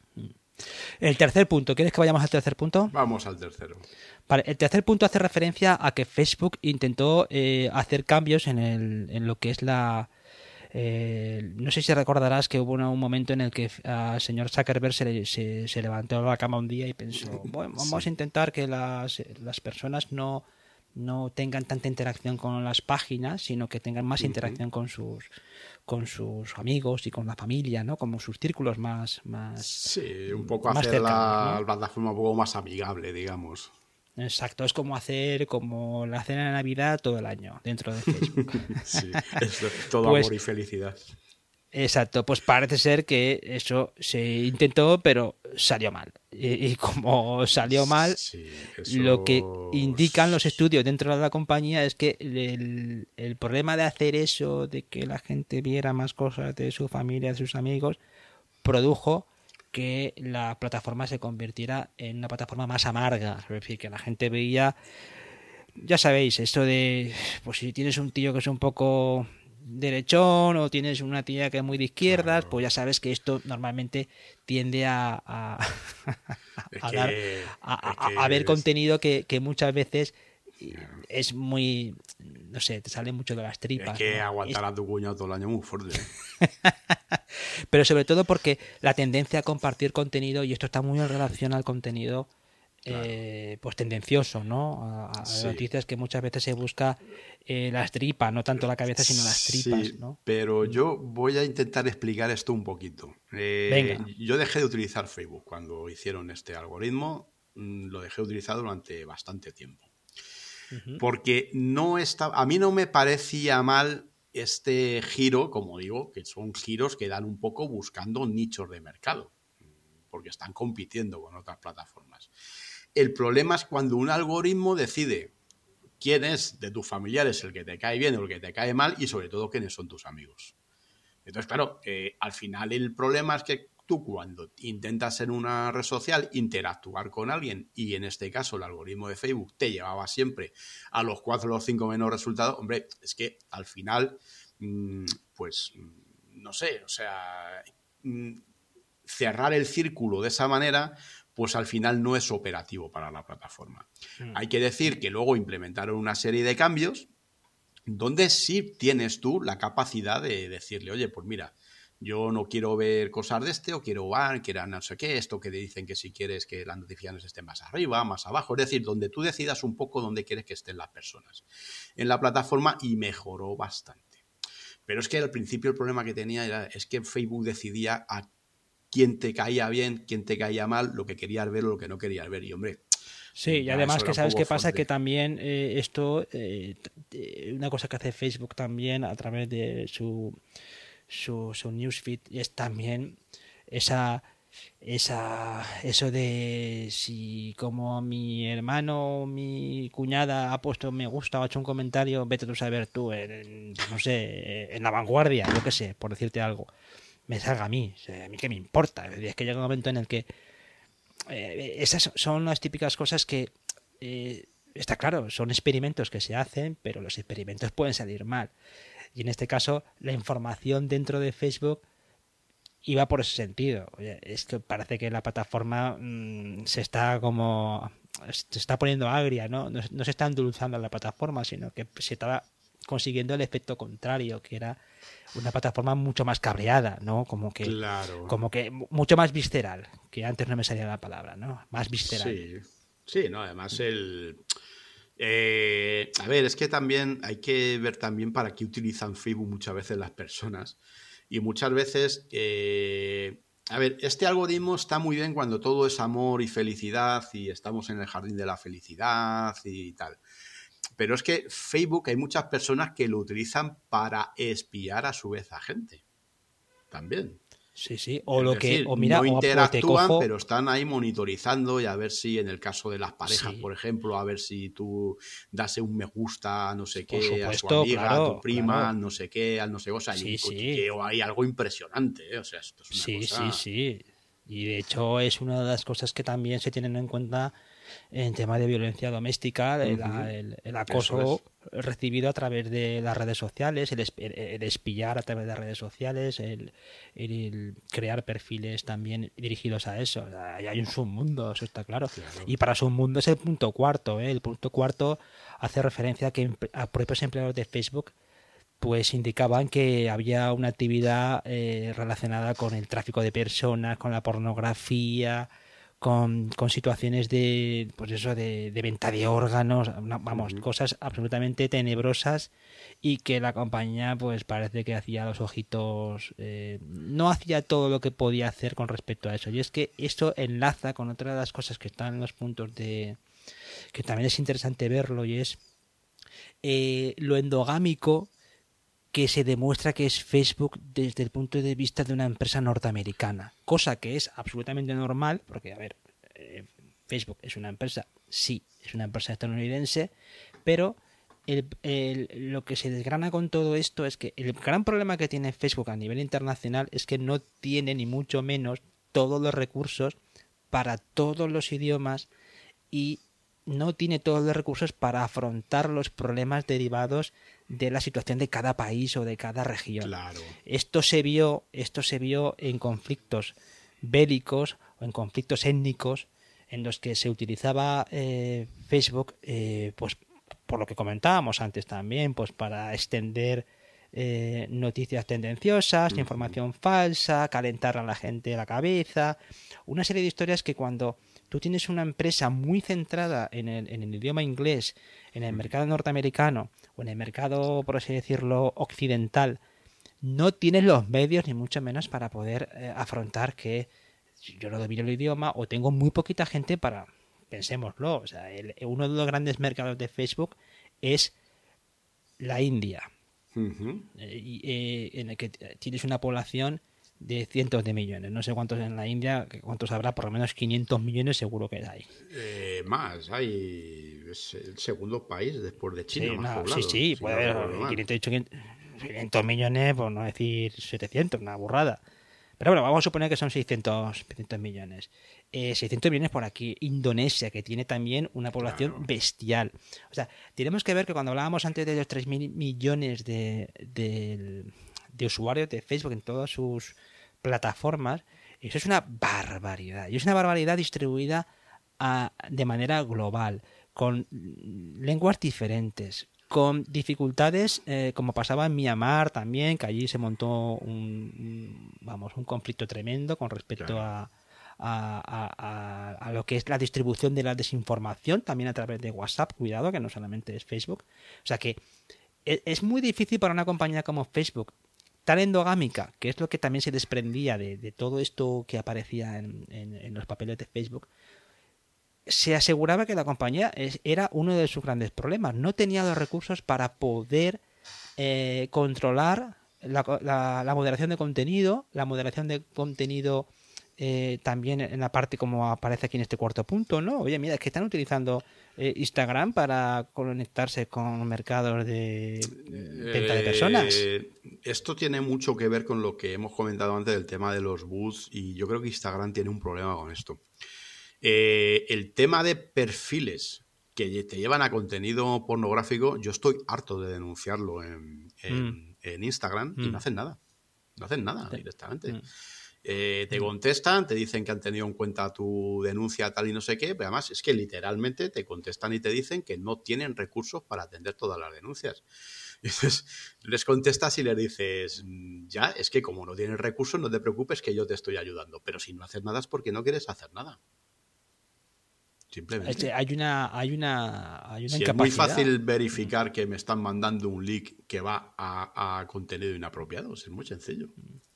El tercer punto, ¿quieres que vayamos al tercer punto? Vamos al tercero. Vale, el tercer punto hace referencia a que Facebook intentó eh, hacer cambios en, el, en lo que es la... Eh, no sé si recordarás que hubo un momento en el que al señor Zuckerberg se, se, se levantó de la cama un día y pensó, bueno, vamos sí. a intentar que las, las personas no, no tengan tanta interacción con las páginas, sino que tengan más uh-huh. interacción con sus con sus amigos y con la familia, ¿no? Como sus círculos más... más sí, un poco hacer cercanos, la ¿no? plataforma un poco más amigable, digamos. Exacto, es como hacer como la cena de Navidad todo el año dentro de Facebook. Sí, es todo pues, amor y felicidad. Exacto, pues parece ser que eso se intentó, pero salió mal. Y, y como salió mal, sí, eso... lo que indican los estudios dentro de la compañía es que el, el problema de hacer eso, de que la gente viera más cosas de su familia, de sus amigos, produjo que la plataforma se convirtiera en una plataforma más amarga, es decir, que la gente veía, ya sabéis, esto de, pues si tienes un tío que es un poco derechón o tienes una tía que es muy de izquierdas, claro. Pues ya sabes que esto normalmente tiende a a, a, que, dar, a, a, a ver contenido que, que muchas veces es muy, no sé, te sale mucho de las tripas. Es que ¿no? aguantar es... a tu cuñado todo el año muy fuerte. Pero sobre todo porque la tendencia a compartir contenido, y esto está muy en relación al contenido claro. eh, pues tendencioso, ¿no? A, a sí. noticias que muchas veces se busca eh, las tripas, no tanto la cabeza, sino las tripas, sí, ¿no? Pero yo voy a intentar explicar esto un poquito. Eh, Venga. Yo dejé de utilizar Facebook cuando hicieron este algoritmo, lo dejé de utilizar durante bastante tiempo. Porque no estaba, a mí no me parecía mal este giro, como digo, que son giros que dan un poco buscando nichos de mercado, porque están compitiendo con otras plataformas. El problema es cuando un algoritmo decide quién es de tus familiares el que te cae bien o el que te cae mal y sobre todo quiénes son tus amigos. Entonces, claro, eh, al final el problema es que tú cuando intentas en una red social interactuar con alguien y en este caso el algoritmo de Facebook te llevaba siempre a los cuatro o los cinco menos resultados, hombre, es que al final, mmm, pues, no sé, o sea, mmm, cerrar el círculo de esa manera, pues al final no es operativo para la plataforma. Mm. Hay que decir que luego implementaron una serie de cambios donde sí tienes tú la capacidad de decirle, oye, pues mira, yo no quiero ver cosas de este o quiero ver, quiero no sé qué, esto que te dicen que si quieres que las notificaciones estén más arriba, más abajo, es decir, donde tú decidas un poco dónde quieres que estén las personas en la plataforma y mejoró bastante. Pero es que al principio el problema que tenía era, es que Facebook decidía a quién te caía bien, quién te caía mal, lo que querías ver o lo que no querías ver y hombre... Sí, y además que sabes qué pasa, fuerte. Que también eh, esto, eh, una cosa que hace Facebook también a través de su... Su, su newsfeed es también esa, esa eso de si como mi hermano o mi cuñada ha puesto me gusta o ha hecho un comentario, vete tú a saber tú en, no sé, en La Vanguardia, yo qué sé, por decirte algo, me salga a mí, o sea, a mí qué me importa. Es que llega un momento en el que eh, esas son las típicas cosas que eh, está claro, son experimentos que se hacen, pero los experimentos pueden salir mal. Y en este caso, la información dentro de Facebook y va por ese sentido. Oye, es que parece que la plataforma mmm, se está como se está poniendo agria, ¿no? No, no se está endulzando la plataforma, sino que se estaba consiguiendo el efecto contrario, que era una plataforma mucho más cabreada, ¿no? Como que, claro. como que mucho más visceral, que antes no me salía la palabra, ¿no? Más visceral. Sí, sí, no, además el... Eh, a ver, es que también hay que ver también para qué utilizan Facebook muchas veces las personas. Y muchas veces, eh, a ver, este algoritmo está muy bien cuando todo es amor y felicidad y estamos en el jardín de la felicidad y tal. Pero es que Facebook hay muchas personas que lo utilizan para espiar a su vez a gente. También. Sí, sí. O es lo decir, que, o mira, no o, interactúan, o te cojo... pero están ahí monitorizando y a ver si en el caso de las parejas, Sí. por ejemplo, a ver si tú das un me gusta a no sé qué, Por a su supuesto, amiga, claro, a tu prima, claro. al no sé qué, al no sé qué, o sea, hay Sí, un sí. cochiqueo, hay algo impresionante, ¿eh? O sea, esto es una Sí, cosa... sí, sí. Y de hecho es una de las cosas que también se tienen en cuenta en tema de violencia doméstica, el, Uh-huh. el, el acoso es. recibido a través de las redes sociales, el, el espillar a través de las redes sociales, el, el crear perfiles también dirigidos a eso. O sea, hay un submundo, eso está claro. Claro. Y para submundo es el punto cuarto. ¿eh? El punto cuarto hace referencia a que a propios empleados de Facebook pues indicaban que había una actividad eh, relacionada con el tráfico de personas, con la pornografía, con, con situaciones de, pues eso, de, de venta de órganos, no, vamos, uh-huh. cosas absolutamente tenebrosas y que la compañía pues parece que hacía los ojitos, eh, no hacía todo lo que podía hacer con respecto a eso. Y es que esto enlaza con otra de las cosas que están en los puntos de... que también es interesante verlo y es eh, lo endogámico que se demuestra que es Facebook desde el punto de vista de una empresa norteamericana, cosa que es absolutamente normal, porque, a ver, eh, Facebook es una empresa, sí, es una empresa estadounidense, pero el, el, lo que se desgrana con todo esto es que el gran problema que tiene Facebook a nivel internacional es que no tiene ni mucho menos todos los recursos para todos los idiomas y no tiene todos los recursos para afrontar los problemas derivados de la situación de cada país o de cada región. Claro. Esto se vio, esto se vio en conflictos bélicos o en conflictos étnicos en los que se utilizaba eh, Facebook, eh, pues por lo que comentábamos antes también, pues para extender eh, noticias tendenciosas, uh-huh. información falsa, calentar a la gente la cabeza, una serie de historias que cuando tú tienes una empresa muy centrada en el, en el idioma inglés, en el mercado norteamericano o en el mercado, por así decirlo, occidental, no tienes los medios ni mucho menos para poder eh, afrontar que yo no domino el idioma o tengo muy poquita gente para... Pensémoslo, o sea, el, uno de los grandes mercados de Facebook es la India, uh-huh. eh, eh, en el que tienes una población de cientos de millones. No sé cuántos en la India, cuántos habrá, por lo menos quinientos millones seguro que hay. Eh, más, hay es el segundo país después de China sí, más no, poblado. Sí, sí, si puede no haber quinientos, quinientos millones, por no decir setecientos, una burrada. Pero bueno, vamos a suponer que son seiscientos, seiscientos millones. Eh, seiscientos millones por aquí. Indonesia, que tiene también una población claro. bestial. O sea, tenemos que ver que cuando hablábamos antes de los tres mil millones de, de, de usuarios de Facebook en todas sus plataformas, eso es una barbaridad. Y es una barbaridad distribuida a, de manera global, con lenguas diferentes, con dificultades eh, como pasaba en Myanmar también, que allí se montó un, un vamos un conflicto tremendo con respecto claro. a, a, a, a lo que es la distribución de la desinformación también a través de WhatsApp, cuidado que no solamente es Facebook. O sea que es, es muy difícil para una compañía como Facebook tan endogámica, que es lo que también se desprendía de, de todo esto que aparecía en, en, en los papeles de Facebook. Se aseguraba que la compañía es, era uno de sus grandes problemas. No tenía los recursos para poder eh, controlar la, la, la moderación de contenido, la moderación de contenido eh, también en la parte como aparece aquí en este cuarto punto, ¿no? Oye, mira, es que están utilizando eh, Instagram para conectarse con mercados de venta de personas. Eh, esto tiene mucho que ver con lo que hemos comentado antes del tema de los bots y yo creo que Instagram tiene un problema con esto. Eh, el tema de perfiles que te llevan a contenido pornográfico, yo estoy harto de denunciarlo en, en, mm. en Instagram mm. y no hacen nada. No hacen nada sí. directamente. Mm. Eh, te contestan, te dicen que han tenido en cuenta tu denuncia tal y no sé qué, pero además es que literalmente te contestan y te dicen que no tienen recursos para atender todas las denuncias. Y entonces les contestas y les dices, ya, es que como no tienes recursos no te preocupes que yo te estoy ayudando, pero si no haces nada es porque no quieres hacer nada. Simplemente. Este, hay una, hay una, hay una Si incapacidad. es muy fácil verificar que me están mandando un link que va a, a contenido inapropiado, es muy sencillo.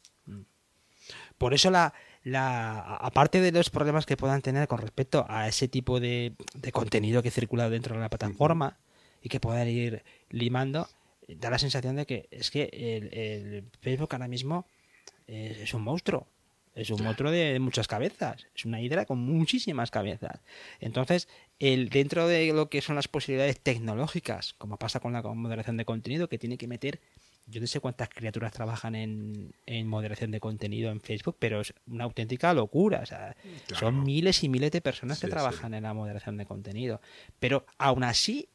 Por eso la, la aparte de los problemas que puedan tener con respecto a ese tipo de, de contenido que circula dentro de la plataforma uh-huh. y que puedan ir limando, da la sensación de que es que el, el Facebook ahora mismo es, es un monstruo. Es un monstruo de muchas cabezas. Es una hidra con muchísimas cabezas. Entonces, el, dentro de lo que son las posibilidades tecnológicas, como pasa con la moderación de contenido, que tiene que meter, yo no sé cuántas criaturas trabajan en, en moderación de contenido en Facebook, pero es una auténtica locura. O sea, claro. Son miles y miles de personas sí, que trabajan sí. en la moderación de contenido. Pero aún así,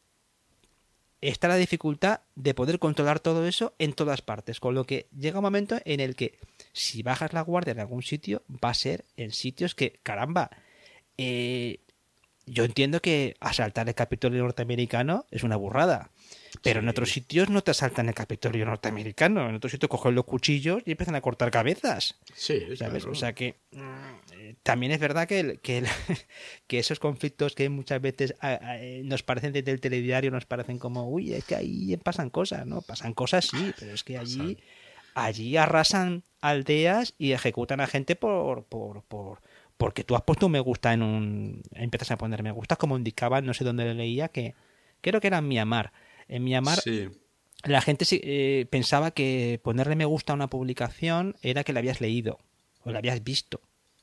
está la dificultad de poder controlar todo eso en todas partes, con lo que llega un momento en el que si bajas la guardia en algún sitio va a ser en sitios que, caramba, eh, yo entiendo que asaltar el Capitolio norteamericano es una burrada, pero sí. En otros sitios no te asaltan el Capitolio norteamericano, en otros sitios cogen los cuchillos y empiezan a cortar cabezas. Sí, ¿sabes? Claro. O sea que eh, también es verdad que, el, que, el, que esos conflictos que muchas veces a, a, nos parecen desde el telediario, nos parecen como, uy, es que ahí pasan cosas, ¿no? Pasan cosas, sí, pero es que allí, allí arrasan aldeas y ejecutan a gente por... por, por porque tú has puesto un me gusta en un... Empiezas a poner me gustas, como indicaba, no sé dónde le leía, que creo que era en Myanmar. En Myanmar sí. la gente eh, pensaba que ponerle me gusta a una publicación era que la habías leído o la habías visto.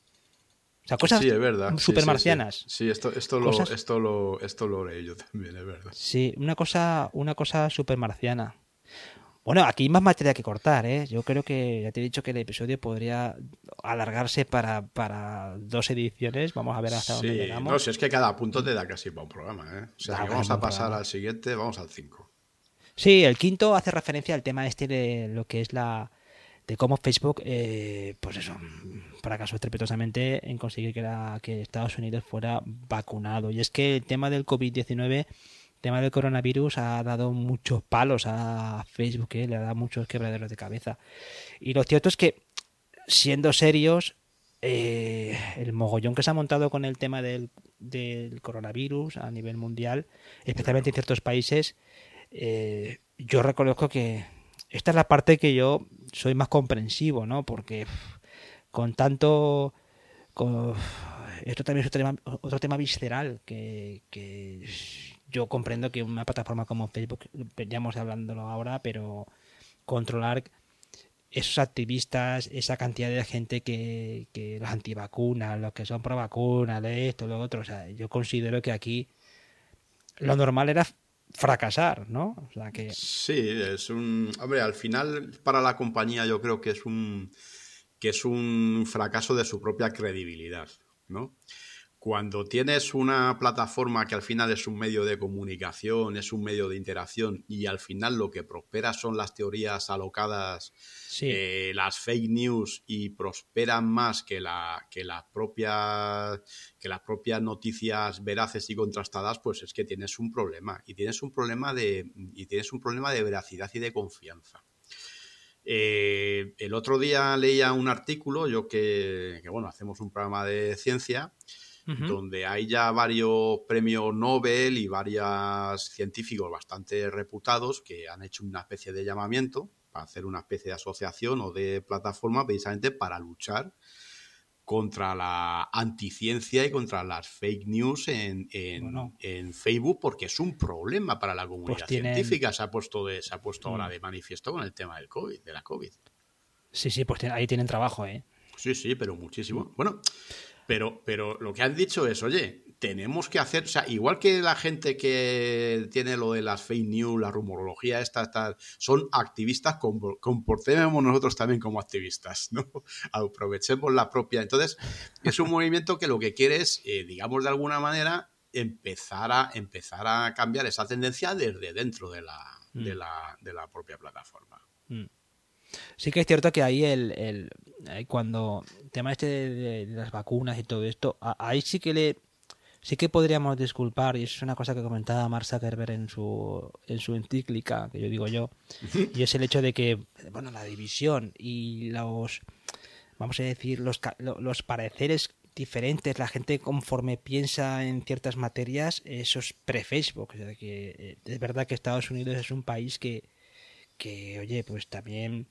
O sea, cosas sí, es verdad. súper sí, marcianas. Sí, sí. sí esto, esto, lo, esto, lo, esto lo leí yo también, es verdad. Sí, una cosa, una cosa súper marciana. Bueno, aquí hay más materia que cortar, ¿eh? Yo creo que, ya te he dicho que el episodio podría alargarse para, para dos ediciones. Vamos a ver hasta sí, dónde llegamos. No, si es que cada punto te da casi para un programa, ¿eh? O sea, da, que vamos a pasar programa. al siguiente, vamos al cinco. Sí, el quinto hace referencia al tema este de lo que es la... de cómo Facebook, eh, pues eso, fracasó estrepitosamente en conseguir que, la, que Estados Unidos fuera vacunado. Y es que el tema del COVID diecinueve... El tema del coronavirus ha dado muchos palos a Facebook, ¿eh? Le ha dado muchos quebraderos de cabeza. Y lo cierto es que, siendo serios, eh, el mogollón que se ha montado con el tema del, del coronavirus a nivel mundial, especialmente en ciertos países, eh, yo reconozco que esta es la parte que yo soy más comprensivo, ¿no? Porque con tanto... Con, esto también es otro tema, otro tema visceral que... que yo comprendo que una plataforma como Facebook, veníamos hablándolo ahora, pero controlar esos activistas, esa cantidad de gente que, que los antivacunas, los que son pro vacunas, esto, lo otro, o sea, yo considero que aquí lo normal era fracasar, ¿no? O sea que... Sí, es un... Hombre, al final para la compañía yo creo que es un que es un fracaso de su propia credibilidad, ¿no? Cuando tienes una plataforma que al final es un medio de comunicación, es un medio de interacción y al final lo que prospera son las teorías alocadas, sí. eh, las fake news y prosperan más que, la, que, las propias, que las propias noticias veraces y contrastadas, pues es que tienes un problema y tienes un problema de, y tienes un problema de veracidad y de confianza. Eh, el otro día leía un artículo, yo que, que bueno, hacemos un programa de ciencia, Uh-huh. donde hay ya varios premios Nobel y varios científicos bastante reputados que han hecho una especie de llamamiento para hacer una especie de asociación o de plataforma precisamente para luchar contra la anticiencia y contra las fake news en, en, bueno. en Facebook, porque es un problema para la comunidad pues tienen... científica. Se ha puesto, de, se ha puesto mm. ahora de manifiesto con el tema del COVID, de la COVID. Sí, sí, pues ahí tienen trabajo, ¿eh? Sí, sí, pero muchísimo. Mm. Bueno... Pero, pero lo que han dicho es, oye, tenemos que hacer, o sea, igual que la gente que tiene lo de las fake news, la rumorología, esta, esta, son activistas, comportémonos nosotros también como activistas, ¿no? Aprovechemos la propia. Entonces, es un movimiento que lo que quiere es, eh, digamos, de alguna manera, empezar a, empezar a cambiar esa tendencia desde dentro de la, mm. de la, de la propia plataforma. Mm. Sí que es cierto que ahí el, el cuando el tema este de, de, de las vacunas y todo esto, ahí sí que le sí que podríamos disculpar, y eso es una cosa que comentaba Mark Zuckerberg en su en su encíclica, que yo digo yo, y es el hecho de que, bueno, la división y los, vamos a decir, los, los pareceres diferentes, la gente conforme piensa en ciertas materias, eso es pre-Facebook. O sea, que es verdad que Estados Unidos es un país que, que oye, pues también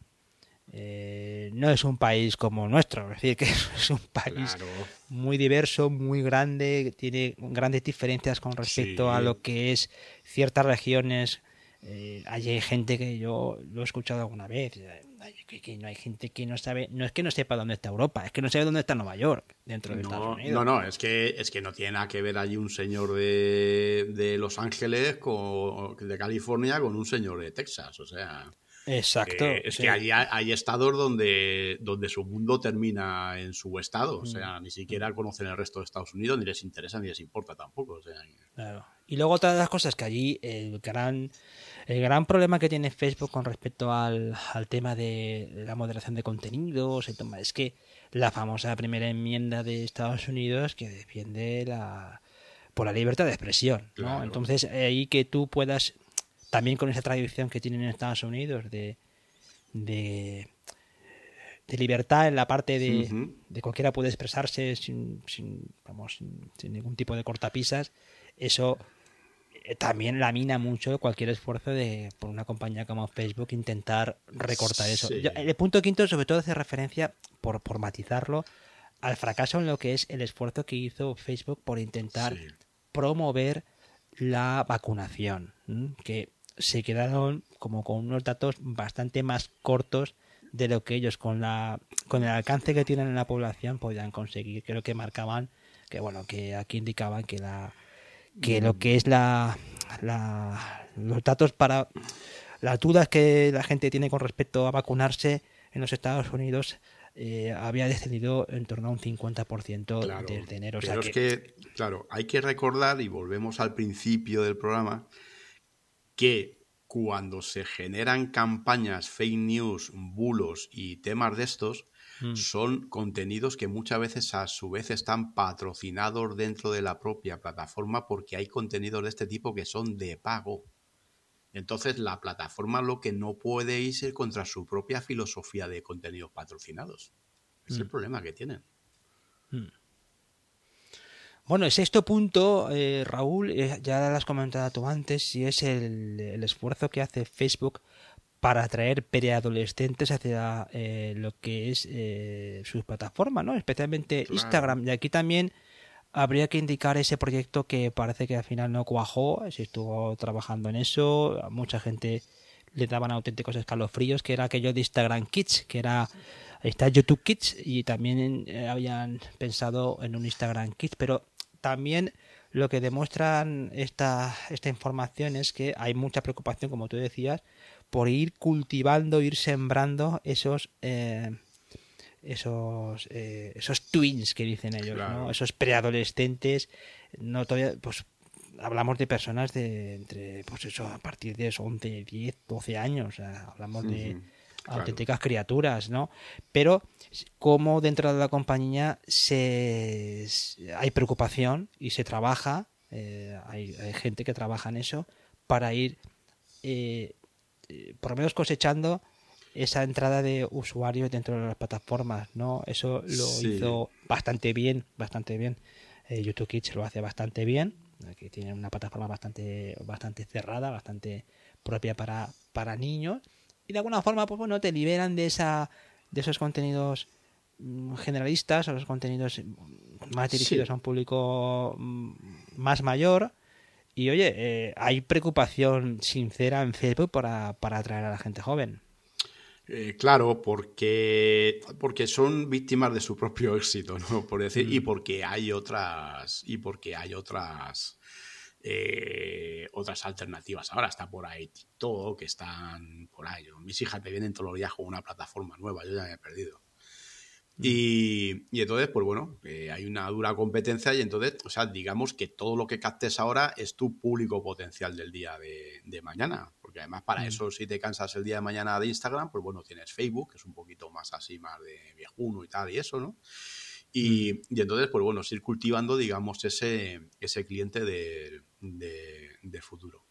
eh, no es un país como nuestro, es decir, que es un país claro. muy diverso, muy grande, tiene grandes diferencias con respecto sí. a lo que es ciertas regiones. Eh, hay gente que yo lo he escuchado alguna vez, que, que no hay gente que no sabe, no es que no sepa dónde está Europa, es que no sabe dónde está Nueva York dentro de no, Estados Unidos. No, no, es que, es que no tiene nada que ver allí un señor de, de Los Ángeles, con, de California, con un señor de Texas, o sea... Exacto. Eh, es sí. que hay, hay estados donde, donde su mundo termina en su estado, o sea, mm. ni siquiera conocen el resto de Estados Unidos, ni les interesa, ni les importa tampoco. O sea, claro. Y luego otra de las cosas que allí el gran el gran problema que tiene Facebook con respecto al, al tema de la moderación de contenidos, el tema, es que la famosa primera enmienda de Estados Unidos que defiende la por la libertad de expresión, ¿no? Claro. Entonces ahí que tú puedas, también con esa tradición que tienen en Estados Unidos de de, de libertad en la parte de, uh-huh. de cualquiera puede expresarse sin, sin vamos sin, sin ningún tipo de cortapisas, eso eh, también lamina mucho cualquier esfuerzo de por una compañía como Facebook intentar recortar sí. eso. Yo, el punto quinto sobre todo hace referencia, por, por matizarlo, al fracaso en lo que es el esfuerzo que hizo Facebook por intentar sí. promover la vacunación, ¿m? que se quedaron como con unos datos bastante más cortos de lo que ellos con la con el alcance que tienen en la población podían conseguir. Creo que marcaban que bueno que aquí indicaban que la que lo que es la, la los datos para las dudas que la gente tiene con respecto a vacunarse en los Estados Unidos eh, había descendido en torno a un cincuenta por ciento claro, desde enero. Pero o sea es que... que, claro, hay que recordar, y volvemos al principio del programa, que cuando se generan campañas, fake news, bulos y temas de estos, mm. son contenidos que muchas veces a su vez están patrocinados dentro de la propia plataforma, porque hay contenidos de este tipo que son de pago. Entonces la plataforma lo que no puede es ir contra su propia filosofía de contenidos patrocinados. Es mm. el problema que tienen. Mm. Bueno, el sexto punto, eh, Raúl, eh, ya lo has comentado tú antes, y es el, el esfuerzo que hace Facebook para atraer preadolescentes hacia eh, lo que es eh, su plataforma, ¿no? Especialmente claro. Instagram. Y aquí también habría que indicar ese proyecto que parece que al final no cuajó, se estuvo trabajando en eso, a mucha gente le daban auténticos escalofríos, que era aquello de Instagram Kids, que era... Ahí está YouTube Kids, y también eh, habían pensado en un Instagram Kids, pero también lo que demuestran esta, esta información es que hay mucha preocupación, como tú decías, por ir cultivando, ir sembrando esos eh, esos eh, esos twins que dicen ellos, claro. ¿no? Esos preadolescentes, no todavía, pues hablamos de personas de entre, pues eso, a partir de esos once, diez, doce años, o sea, hablamos uh-huh. de Claro. auténticas criaturas, ¿no? Pero como dentro de la compañía se hay preocupación y se trabaja, eh, hay, hay gente que trabaja en eso para ir eh, eh, por lo menos cosechando esa entrada de usuarios dentro de las plataformas, ¿no? Eso lo sí. hizo bastante bien, bastante bien. Eh, YouTube Kids lo hace bastante bien, que tiene una plataforma bastante, bastante cerrada, bastante propia para, para niños. Y de alguna forma, pues bueno, te liberan de esa de esos contenidos generalistas o los contenidos más dirigidos sí. a un público más mayor. Y oye, eh, hay preocupación sincera en Facebook para, para atraer a la gente joven. Eh, claro, porque porque son víctimas de su propio éxito, ¿no? Por decir, mm. y porque hay otras y porque hay otras Eh, otras alternativas. Ahora está por ahí TikTok, que están por ahí. Mis hijas te vienen todos los días con una plataforma nueva, yo ya me he perdido. Mm. Y, y entonces, pues bueno, eh, hay una dura competencia y entonces, o sea, digamos que todo lo que captes ahora es tu público potencial del día de, de mañana. Porque porque además para Mm. eso, si te cansas el día de mañana de Instagram, pues bueno, tienes Facebook, que es un poquito más así, más de viejuno y tal, y eso, ¿no? Y, mm. y entonces, pues bueno, ir cultivando, digamos, ese, ese cliente de, de, de futuro.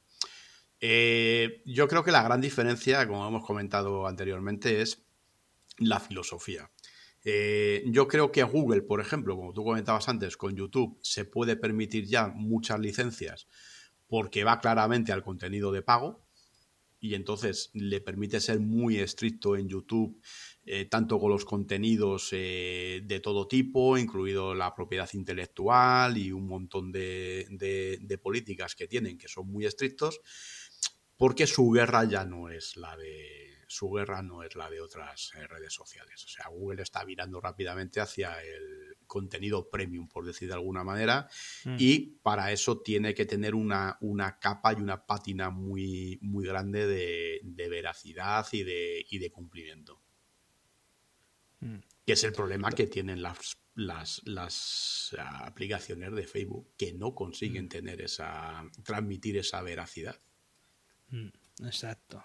Eh, yo creo que la gran diferencia, como hemos comentado anteriormente, es la filosofía. Eh, yo creo que Google, por ejemplo, como tú comentabas antes, con YouTube se puede permitir ya muchas licencias porque va claramente al contenido de pago y entonces le permite ser muy estricto en YouTube, eh, tanto con los contenidos eh, de todo tipo, incluido la propiedad intelectual y un montón de, de, de políticas que tienen que son muy estrictos, porque su guerra ya no es la de... su guerra no es la de otras eh, redes sociales. O sea, Google está virando rápidamente hacia el contenido premium, por decir de alguna manera, mm. y para eso tiene que tener una, una capa y una pátina muy, muy grande de, de veracidad y de, y de cumplimiento. Mm. Que es el problema que tienen las, las, las aplicaciones de Facebook, que no consiguen mm. tener esa, transmitir esa veracidad. Mm. Exacto.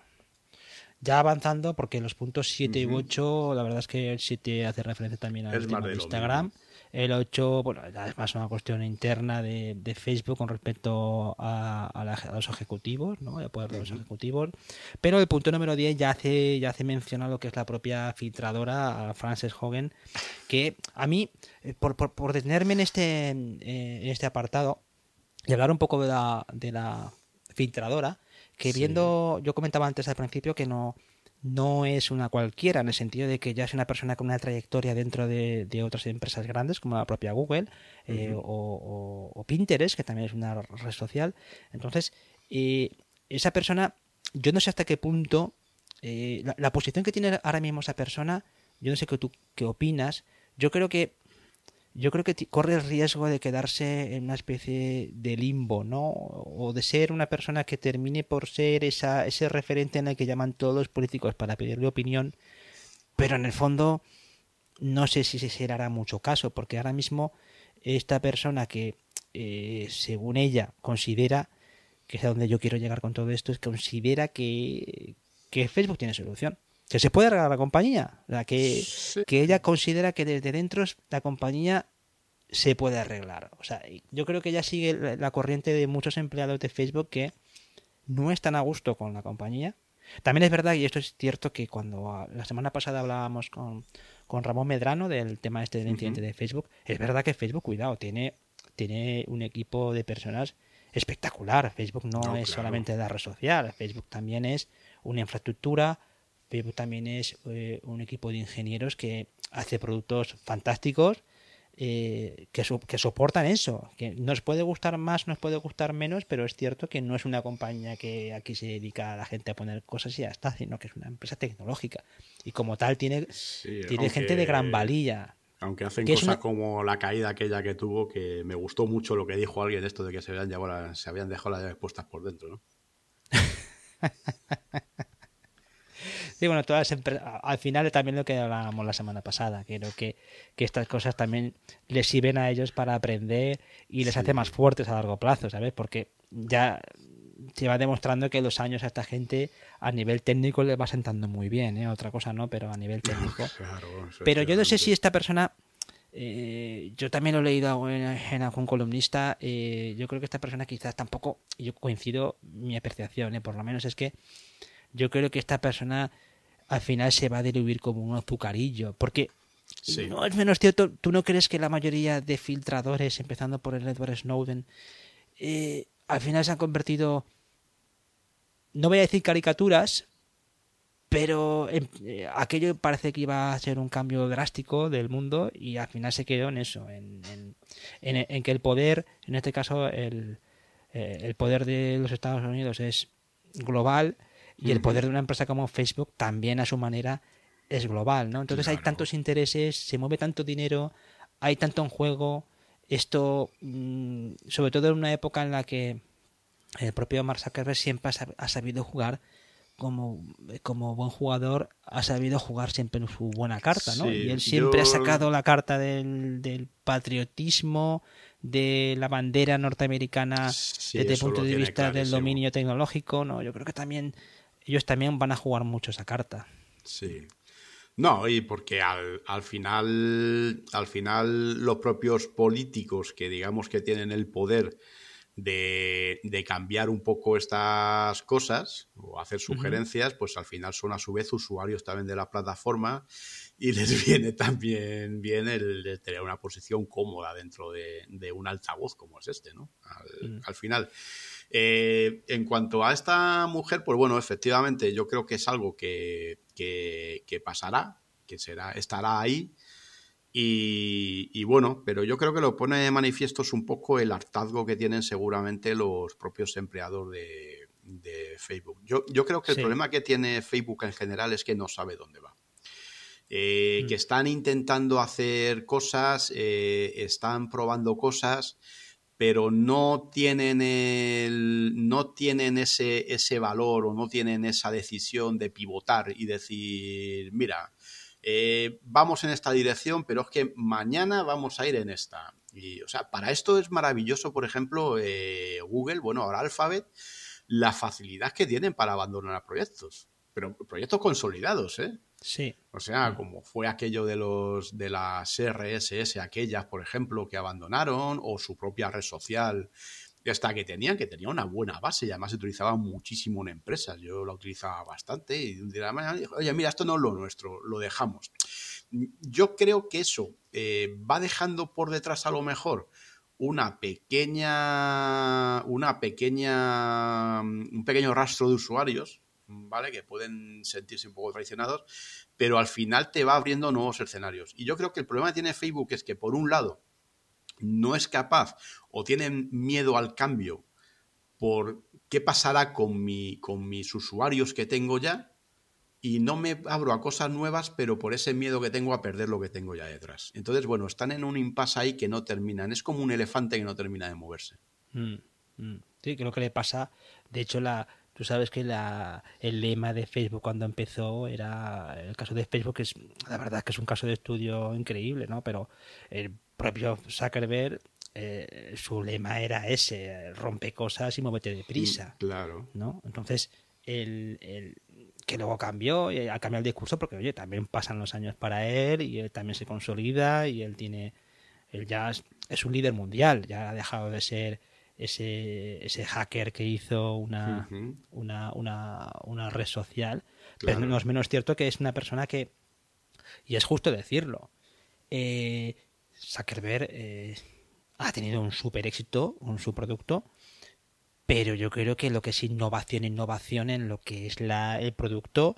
Ya avanzando, porque los puntos siete uh-huh. y ocho, la verdad es que el siete hace referencia también al es tema de Instagram. El ocho, bueno, ya es más una cuestión interna de, de Facebook con respecto a, a, la, a los ejecutivos, ¿no? El poder de los uh-huh. ejecutivos. Pero el punto número diez ya hace, ya hace mención a lo que es la propia filtradora, a Frances Hogan, que a mí, por, por, por detenerme en este, eh, en este apartado y hablar un poco de la, de la filtradora, que viendo, sí. yo comentaba antes al principio que no, no es una cualquiera, en el sentido de que ya es una persona con una trayectoria dentro de, de otras empresas grandes, como la propia Google, uh-huh. eh, o, o, o Pinterest, que también es una red social. Entonces, eh, esa persona, yo no sé hasta qué punto, eh, la, la posición que tiene ahora mismo esa persona, yo no sé qué tú qué opinas, yo creo que Yo creo que corre el riesgo de quedarse en una especie de limbo, ¿no? O de ser una persona que termine por ser esa, ese referente en el que llaman todos los políticos para pedirle opinión, pero en el fondo no sé si se le hará mucho caso, porque ahora mismo esta persona que, eh, según ella, considera, que es a donde yo quiero llegar con todo esto, es que considera que, que Facebook tiene solución. Que se puede arreglar la compañía, o sea, que, sí. que ella considera que desde dentro la compañía se puede arreglar. O sea, yo creo que ella sigue la corriente de muchos empleados de Facebook que no están a gusto con la compañía. También es verdad, y esto es cierto, que cuando la semana pasada hablábamos con, con Ramón Medrano del tema este del incidente uh-huh. de Facebook, es verdad que Facebook, cuidado, tiene, tiene un equipo de personas espectacular. Facebook no, no es claro. solamente la red social, Facebook también es una infraestructura. Facebook también es eh, un equipo de ingenieros que hace productos fantásticos eh, que, so, que soportan eso. Que nos puede gustar más, nos puede gustar menos, pero es cierto que no es una compañía que aquí se dedica a la gente a poner cosas y ya está, sino que es una empresa tecnológica. Y como tal tiene, sí, tiene aunque, gente de gran valía. Aunque hacen cosas una... como la caída aquella que tuvo, que me gustó mucho lo que dijo alguien, esto de que se habían, llevado, se habían dejado las llaves puestas por dentro, ¿no? Sí, bueno, todas al final también lo que hablábamos la semana pasada, creo que, que estas cosas también les sirven a ellos para aprender y les sí. hace más fuertes a largo plazo, ¿sabes? Porque ya se va demostrando que los años a esta gente a nivel técnico le va sentando muy bien, ¿eh? Otra cosa no, pero a nivel técnico. Claro, pero yo no sé si esta persona, eh, yo también lo he leído en, en algún columnista, eh, yo creo que esta persona quizás tampoco, yo coincido, mi apreciación, ¿eh? Por lo menos es que yo creo que esta persona al final se va a diluir como un azucarillo, porque sí. no es menos cierto, ¿tú no crees que la mayoría de filtradores, empezando por el Edward Snowden, eh, al final se han convertido, no voy a decir caricaturas, pero eh, aquello parece que iba a ser un cambio drástico del mundo y al final se quedó en eso, en, en, en, en que el poder, en este caso el, eh, el poder de los Estados Unidos es global. Y el poder de una empresa como Facebook también a su manera es global, ¿no? Entonces claro. hay tantos intereses, se mueve tanto dinero, hay tanto en juego. Esto, sobre todo en una época en la que el propio Mark Zuckerberg siempre ha sabido jugar como, como buen jugador, ha sabido jugar siempre su buena carta, ¿no? Sí, Y él siempre yo... ha sacado la carta del, del patriotismo, de la bandera norteamericana Sí, desde el eso punto lo de tiene vista del clarísimo. dominio tecnológico, ¿no? Yo creo que también ellos también van a jugar mucho esa carta. Sí. No, y porque al, al final, al final los propios políticos que digamos que tienen el poder de, de cambiar un poco estas cosas o hacer Uh-huh. sugerencias, pues al final son a su vez usuarios también de la plataforma y les viene también bien el de tener una posición cómoda dentro de, de un altavoz como es este, ¿no? Al, Mm. al final. Eh, en cuanto a esta mujer, pues bueno, efectivamente yo creo que es algo que, que, que pasará, que será, estará ahí. Y, y bueno, pero yo creo que lo pone de manifiesto es un poco el hartazgo que tienen seguramente los propios empleados de, de Facebook. Yo, yo creo que el Sí. problema que tiene Facebook en general es que no sabe dónde va. Eh, que Mm. están intentando hacer cosas, eh, están probando cosas, pero no tienen el, no tienen ese, ese valor o no tienen esa decisión de pivotar y decir, mira, eh, vamos en esta dirección, pero es que mañana vamos a ir en esta. Y, o sea, para esto es maravilloso, por ejemplo, eh, Google, bueno, ahora Alphabet, la facilidad que tienen para abandonar proyectos, pero proyectos consolidados, ¿eh? Sí. O sea, Mm. como fue aquello de los de las R S S, aquellas, por ejemplo, que abandonaron, o su propia red social, esta que tenían, que tenía una buena base y además se utilizaba muchísimo en empresas. Yo la utilizaba bastante y de la mañana dije, oye, mira, esto no es lo nuestro, lo dejamos. Yo creo que eso eh, va dejando por detrás a lo mejor una pequeña, una pequeña, un pequeño rastro de usuarios, ¿vale? Que pueden sentirse un poco traicionados, pero al final te va abriendo nuevos escenarios. Y yo creo que el problema que tiene Facebook es que, por un lado, no es capaz o tienen miedo al cambio por qué pasará con, mi, con mis usuarios que tengo ya y no me abro a cosas nuevas, pero por ese miedo que tengo a perder lo que tengo ya detrás. Entonces, bueno, están en un impasse ahí que no terminan. Es como un elefante que no termina de moverse. Mm. Mm. Sí, creo que le pasa. De hecho, la, tú sabes que la, el lema de Facebook cuando empezó era, el caso de Facebook es, la verdad es que es un caso de estudio increíble, ¿no? Pero el propio Zuckerberg, eh, su lema era ese, rompe cosas y muévete deprisa, Claro. ¿no? Entonces, el, el que luego cambió, y ha cambiado el discurso porque, oye, también pasan los años para él y él también se consolida y él tiene, él ya es, es un líder mundial, ya ha dejado de ser ese, ese hacker que hizo una, Uh-huh. una, una, una red social, pero Claro. no es menos cierto que es una persona que, y es justo decirlo, eh, Zuckerberg eh, ha tenido un super éxito con su producto, pero yo creo que lo que es innovación, innovación en lo que es la, el producto,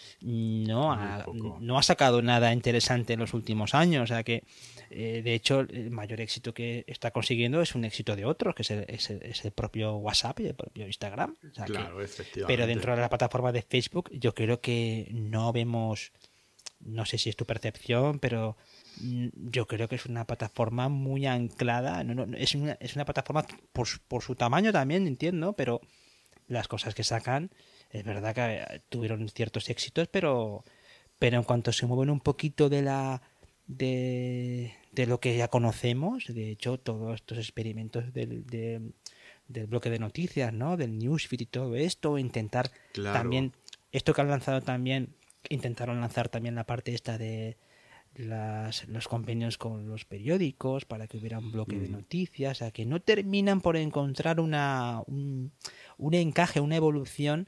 no Muy ha, poco. no ha sacado nada interesante en los últimos años. O sea que, eh, de hecho, el mayor éxito que está consiguiendo es un éxito de otros, que es el, es el, es el propio WhatsApp y el propio Instagram. O sea Claro, que, efectivamente. pero dentro de la plataforma de Facebook, yo creo que no vemos, no sé si es tu percepción, pero yo creo que es una plataforma muy anclada. No, no, es, una, es una plataforma por, por su tamaño también, entiendo, pero las cosas que sacan, es verdad que tuvieron ciertos éxitos, pero, pero en cuanto se mueven un poquito de la de, de lo que ya conocemos, de hecho, todos estos experimentos del, de, del bloque de noticias, ¿no? Del newsfeed y todo esto, intentar Claro. también, esto que han lanzado también, intentaron lanzar también la parte esta de las, los convenios con los periódicos para que hubiera un bloque mm. de noticias, o sea, que no terminan por encontrar una un, un encaje, una evolución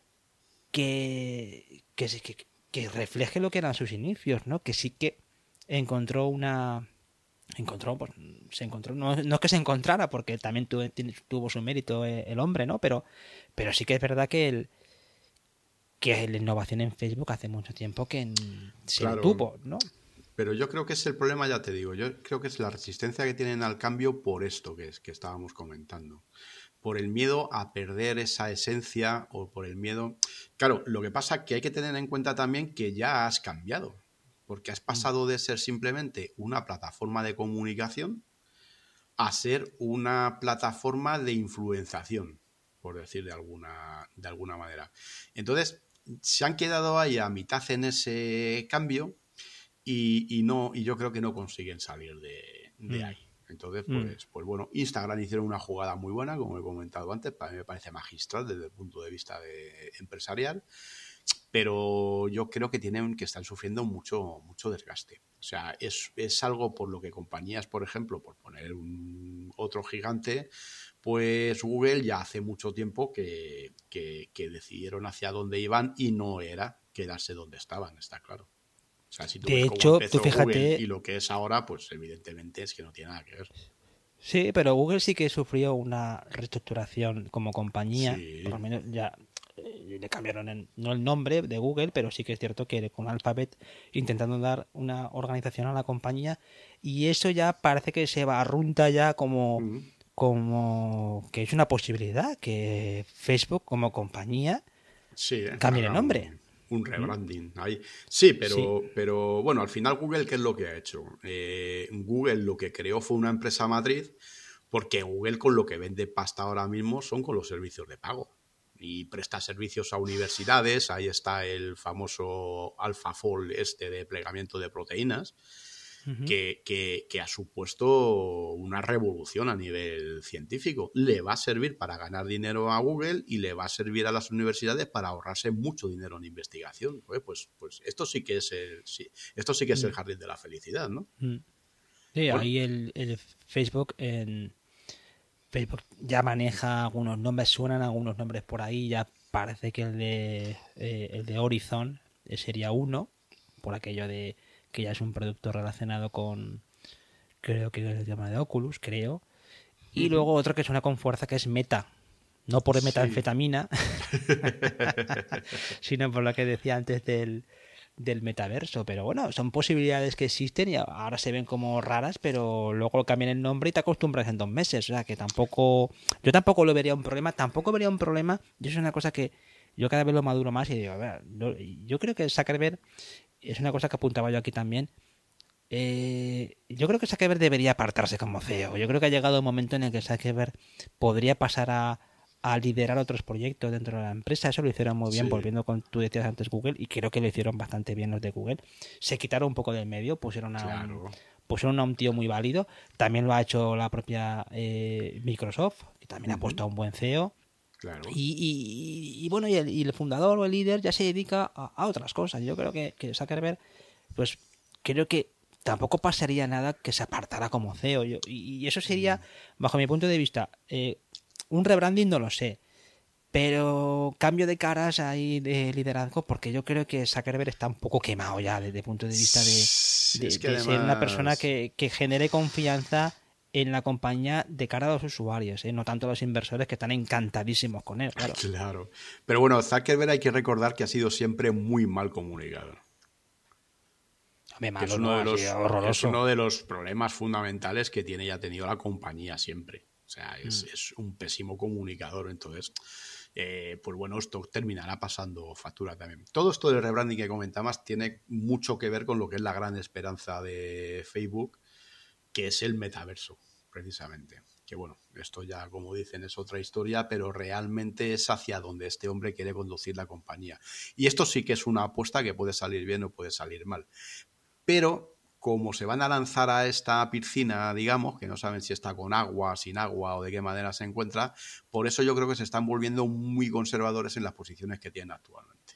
que, que, que, que refleje lo que eran sus inicios, ¿no? Que sí que encontró una encontró pues se encontró no, no es que se encontrara porque también tuvo, tuvo su mérito el hombre, ¿no? Pero pero sí que es verdad que el que la innovación en Facebook hace mucho tiempo que en, se claro. detuvo, ¿no? Pero yo creo que es el problema, ya te digo, yo creo que es la resistencia que tienen al cambio por esto que es que estábamos comentando. Por el miedo a perder esa esencia o por el miedo... Claro, lo que pasa es que hay que tener en cuenta también que ya has cambiado, porque has pasado de ser simplemente una plataforma de comunicación a ser una plataforma de influenciación. por decir de alguna, de alguna manera. Entonces, se han quedado ahí a mitad en ese cambio y, y, no, y yo creo que no consiguen salir de, de mm. ahí. Entonces, pues, mm. pues bueno, Instagram hicieron una jugada muy buena, como he comentado antes, para mí me parece magistral desde el punto de vista de empresarial, pero yo creo que tienen que están sufriendo mucho, mucho desgaste. O sea, es, es algo por lo que compañías, por ejemplo, por poner un, otro gigante, pues Google ya hace mucho tiempo que, que, que decidieron hacia dónde iban y no era quedarse donde estaban, está claro. O sea, si tú de ves hecho, cómo empezó tú fíjate, Google y lo que es ahora, pues evidentemente es que no tiene nada que ver. Sí, pero Google sí que sufrió una reestructuración como compañía, sí. por lo menos ya eh, le cambiaron el, no el nombre de Google, pero sí que es cierto que con Alphabet intentando dar una organización a la compañía y eso ya parece que se barrunta ya como, mm. como que es una posibilidad que Facebook como compañía sí, eh, cambie el nombre. Un rebranding ahí. Sí, pero, sí. pero bueno, al final Google, ¿qué es lo que ha hecho? Eh, Google lo que creó fue una empresa matriz, porque Google con lo que vende pasta ahora mismo son con los servicios de pago. Y presta servicios a universidades, ahí está el famoso AlphaFold este de plegamiento de proteínas, uh-huh. que, que, que ha supuesto una revolución a nivel científico. Le va a servir para ganar dinero a Google y le va a servir a las universidades para ahorrarse mucho dinero en investigación. Pues, pues, pues esto sí que es el, sí, esto sí que es el jardín de la felicidad, ¿no? Sí, bueno. Ahí el, el Facebook en Facebook ya maneja algunos nombres, suenan algunos nombres por ahí, ya parece que el de eh, el de Horizon sería uno, por aquello de que ya es un producto relacionado con, creo que es el tema de Oculus, creo, y uh-huh. luego otro que suena con fuerza que es Meta, no por metanfetamina, sí. sino por lo que decía antes del, del metaverso, pero bueno, son posibilidades que existen y ahora se ven como raras, pero luego cambian el nombre y te acostumbras en dos meses, o sea que tampoco, yo tampoco lo vería un problema, tampoco vería un problema, y eso es una cosa que yo cada vez lo maduro más y digo, a ver, yo creo que Zuckerberg, es una cosa que apuntaba yo aquí también, eh, yo creo que Zuckerberg debería apartarse como C E O, yo creo que ha llegado un momento en el que Zuckerberg podría pasar a a liderar otros proyectos dentro de la empresa. Eso lo hicieron muy bien, sí. volviendo con tú decías antes Google, y creo que lo hicieron bastante bien los de Google. Se quitaron un poco del medio, pusieron a, claro. un, pusieron a un tío muy válido. También lo ha hecho la propia eh, Microsoft, que también uh-huh. ha puesto a un buen C E O. Claro. Y, y, y bueno, y el, y el fundador o el líder ya se dedica a, a otras cosas. Yo creo que, que Zuckerberg, pues creo que tampoco pasaría nada que se apartara como C E O. Yo, y, y eso sería, uh-huh. bajo mi punto de vista, eh, un rebranding no lo sé, pero cambio de caras ahí de liderazgo, porque yo creo que Zuckerberg está un poco quemado ya desde el punto de vista de, de, es que de además... ser una persona que, que genere confianza en la compañía de cara a los usuarios, ¿eh? No tanto a los inversores que están encantadísimos con él, claro. Claro, pero bueno, Zuckerberg hay que recordar que ha sido siempre muy mal comunicado. Malo, es, uno no, de los, es uno de los problemas fundamentales que tiene y ha tenido la compañía siempre. O sea, es, mm. es un pésimo comunicador. Entonces, eh, pues bueno, esto terminará pasando factura también. Todo esto del rebranding que comentabas tiene mucho que ver con lo que es la gran esperanza de Facebook, que es el metaverso, precisamente. Que bueno, esto ya, como dicen, es otra historia, pero realmente es hacia donde este hombre quiere conducir la compañía. Y esto sí que es una apuesta que puede salir bien o puede salir mal. Pero como se van a lanzar a esta piscina, digamos, que no saben si está con agua, sin agua o de qué manera se encuentra, por eso yo creo que se están volviendo muy conservadores en las posiciones que tienen actualmente.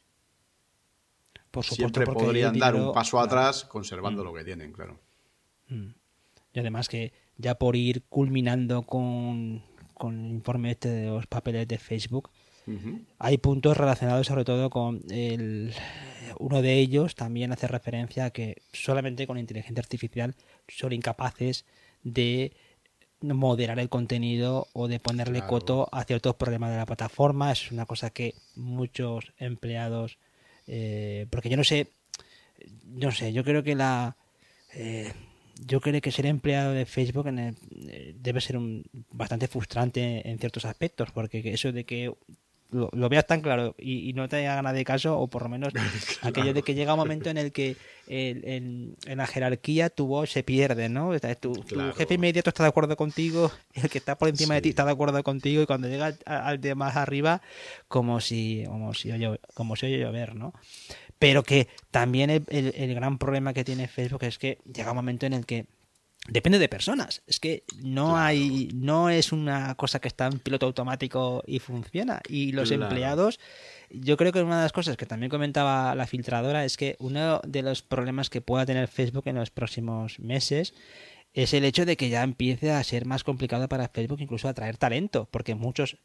Por supuesto, siempre podrían dinero, dar un paso claro. atrás conservando mm. lo que tienen, claro. Mm. Y además que ya por ir culminando con, con el informe este de los papeles de Facebook, uh-huh. hay puntos relacionados sobre todo con el... Uno de ellos también hace referencia a que solamente con inteligencia artificial son incapaces de moderar el contenido o de ponerle claro. coto a ciertos problemas de la plataforma. Es una cosa que muchos empleados... Eh, porque yo no sé... No sé, yo creo que la... Eh, yo creo que ser empleado de Facebook en el, eh, debe ser un, bastante frustrante en ciertos aspectos, porque eso de que lo, lo veas tan claro y, y no te haga nadie caso, o por lo menos claro. aquello de que llega un momento en el que el, en, en la jerarquía tu voz se pierde, ¿no? O sea, tu, claro. tu jefe inmediato está de acuerdo contigo, el que está por encima sí. de ti está de acuerdo contigo, y cuando llega al, al de más arriba, como si, como si oye, como si oye llover, ¿no? Pero que también el, el, el gran problema que tiene Facebook es que llega un momento en el que depende de personas. Es que no claro. hay, no es una cosa que está en piloto automático y funciona. Y los claro. empleados, yo creo que una de las cosas que también comentaba la filtradora es que uno de los problemas que pueda tener Facebook en los próximos meses es el hecho de que ya empiece a ser más complicado para Facebook incluso atraer talento, porque muchos,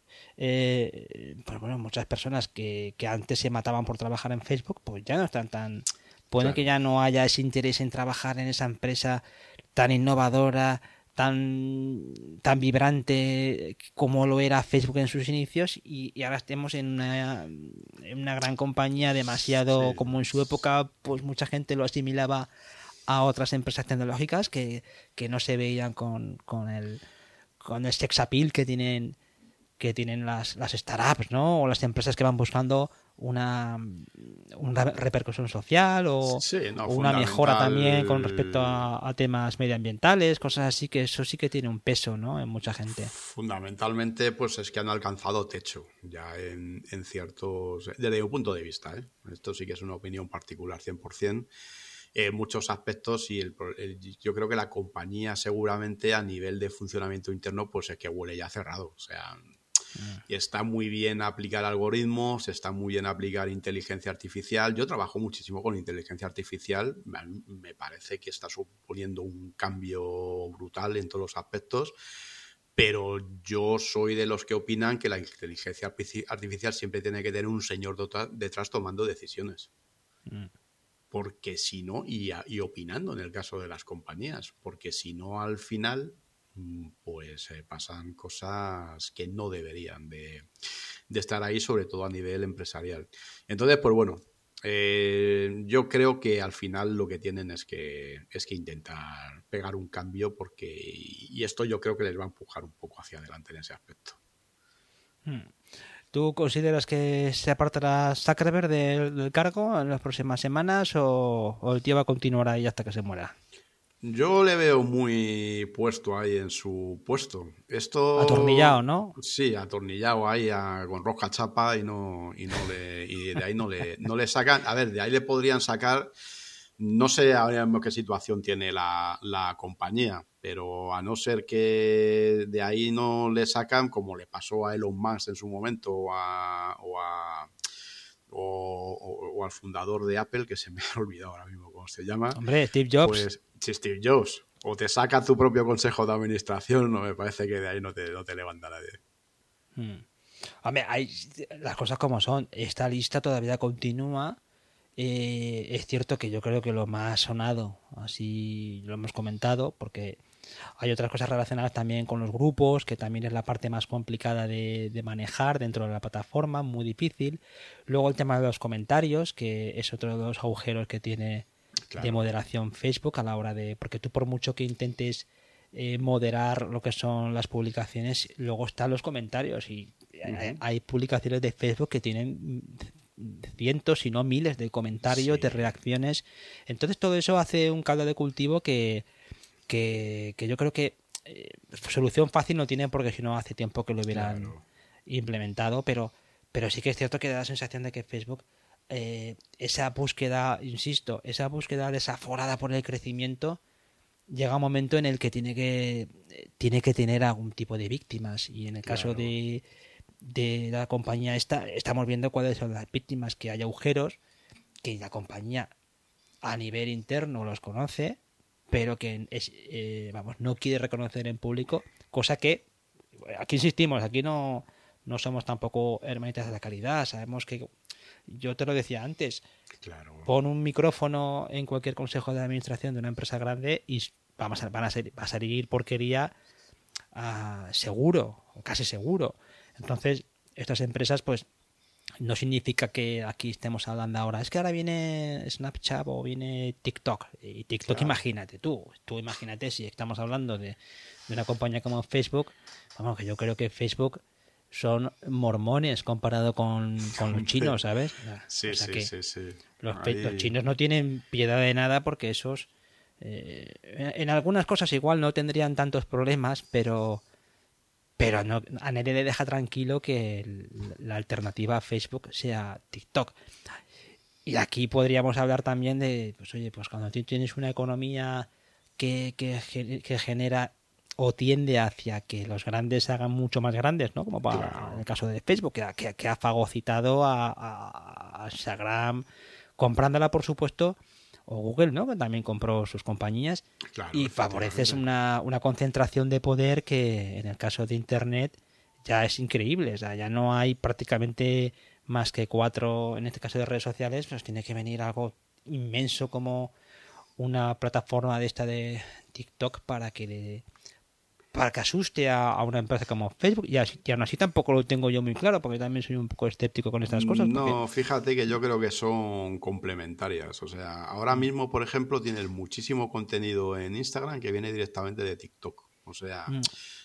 eh, pues bueno, muchas personas que, que antes se mataban por trabajar en Facebook, pues ya no están tan... Puede claro. que ya no haya ese interés en trabajar en esa empresa tan innovadora, tan, tan vibrante como lo era Facebook en sus inicios, y, y ahora estemos en una, en una gran compañía demasiado, sí. como en su época, pues mucha gente lo asimilaba a otras empresas tecnológicas que, que no se veían con, con el con el sex appeal que tienen que tienen las, las startups, ¿no? O las empresas que van buscando una, una repercusión social o, sí, no, o una mejora también con respecto a, a temas medioambientales, cosas así, que eso sí que tiene un peso, ¿no? En mucha gente. Fundamentalmente, pues es que han alcanzado techo ya en, en ciertos... Desde mi punto de vista, ¿eh? Esto sí que es una opinión particular cien por ciento. En muchos aspectos, y el, el, yo creo que la compañía seguramente a nivel de funcionamiento interno pues es que huele ya cerrado, o sea, mm. y está muy bien aplicar algoritmos, está muy bien aplicar inteligencia artificial. Yo trabajo muchísimo con inteligencia artificial, me parece que está suponiendo un cambio brutal en todos los aspectos, pero yo soy de los que opinan que la inteligencia artificial siempre tiene que tener un señor detrás tomando decisiones. Mm. Porque si no, y, y opinando en el caso de las compañías, porque si no al final pues eh, pasan cosas que no deberían de, de estar ahí, sobre todo a nivel empresarial. Entonces, pues bueno, eh, yo creo que al final lo que tienen es que, es que intentar pegar un cambio, porque y esto yo creo que les va a empujar un poco hacia adelante en ese aspecto. Hmm. ¿Tú consideras que se apartará Zuckerberg del, del cargo en las próximas semanas o, o el tío va a continuar ahí hasta que se muera? Yo le veo muy puesto ahí en su puesto. Esto atornillado, ¿no? Sí, atornillado ahí a, con roja chapa y no y no le y de ahí no le no le sacan. A ver, de ahí le podrían sacar. No sé ahora mismo qué situación tiene la, la compañía, pero a no ser que de ahí no le sacan, como le pasó a Elon Musk en su momento, o a, o, a, o, o, o al fundador de Apple, que se me ha olvidado ahora mismo cómo se llama. Hombre, Steve Jobs. Pues si Steve Jobs, o te saca tu propio consejo de administración, no me parece que de ahí no te, no te levanta nadie. Hmm. Hombre, hay las cosas como son. Esta lista todavía continúa. Eh, es cierto que yo creo que lo más sonado, así lo hemos comentado, porque hay otras cosas relacionadas también con los grupos, que también es la parte más complicada de, de manejar dentro de la plataforma, muy difícil. Luego el tema de los comentarios, que es otro de los agujeros que tiene claro. de moderación Facebook a la hora de... Porque tú por mucho que intentes eh, moderar lo que son las publicaciones, luego están los comentarios y uh-huh. hay, hay publicaciones de Facebook que tienen cientos, si no miles de comentarios, sí. de reacciones. Entonces todo eso hace un caldo de cultivo que, que, que yo creo que eh, solución fácil no tiene, porque si no hace tiempo que lo hubieran claro. implementado, pero, pero sí que es cierto que da la sensación de que Facebook, eh, esa búsqueda, insisto, esa búsqueda desaforada por el crecimiento, llega un momento en el que tiene que, tiene que tener algún tipo de víctimas, y en el claro. caso de de la compañía esta, estamos viendo cuáles son las víctimas, que hay agujeros que la compañía a nivel interno los conoce, pero que es, eh, vamos, no quiere reconocer en público, cosa que aquí insistimos, aquí no, no somos tampoco hermanitas de la caridad, sabemos que, yo te lo decía antes, claro. pon un micrófono en cualquier consejo de administración de una empresa grande y vamos a, van a, ser, va a salir porquería uh, seguro, casi seguro. Entonces, estas empresas, pues, no significa que aquí estemos hablando ahora, es que ahora viene Snapchat o viene TikTok. Y TikTok, claro. imagínate tú, tú imagínate si estamos hablando de, de una compañía como Facebook, vamos, que yo creo que Facebook son mormones comparado con, con los chinos, ¿sabes? Sí, o sea sí, que sí, sí. Los, Ahí... los chinos no tienen piedad de nada porque esos... Eh, en algunas cosas igual no tendrían tantos problemas, pero... Pero no, a nadie le deja tranquilo que el, la alternativa a Facebook sea TikTok. Y aquí podríamos hablar también de, pues oye, pues cuando tú tienes una economía que, que, que genera o tiende hacia que los grandes se hagan mucho más grandes, ¿no? Como para, claro. En el caso de Facebook, que, que, que ha fagocitado a, a, a Instagram, comprándola, por supuesto, o Google, ¿no? Que también compró sus compañías, claro, y favoreces una, una concentración de poder que en el caso de Internet ya es increíble. O sea, ya no hay prácticamente más que cuatro, en este caso de redes sociales, pues tiene que venir algo inmenso como una plataforma de esta de TikTok para que le, para que asuste a, a una empresa como Facebook, y, así, y aún así tampoco lo tengo yo muy claro, porque también soy un poco escéptico con estas cosas. No, porque... fíjate que yo creo que son complementarias. O sea, ahora mm. mismo, por ejemplo, tienes muchísimo contenido en Instagram que viene directamente de TikTok. O sea, mm.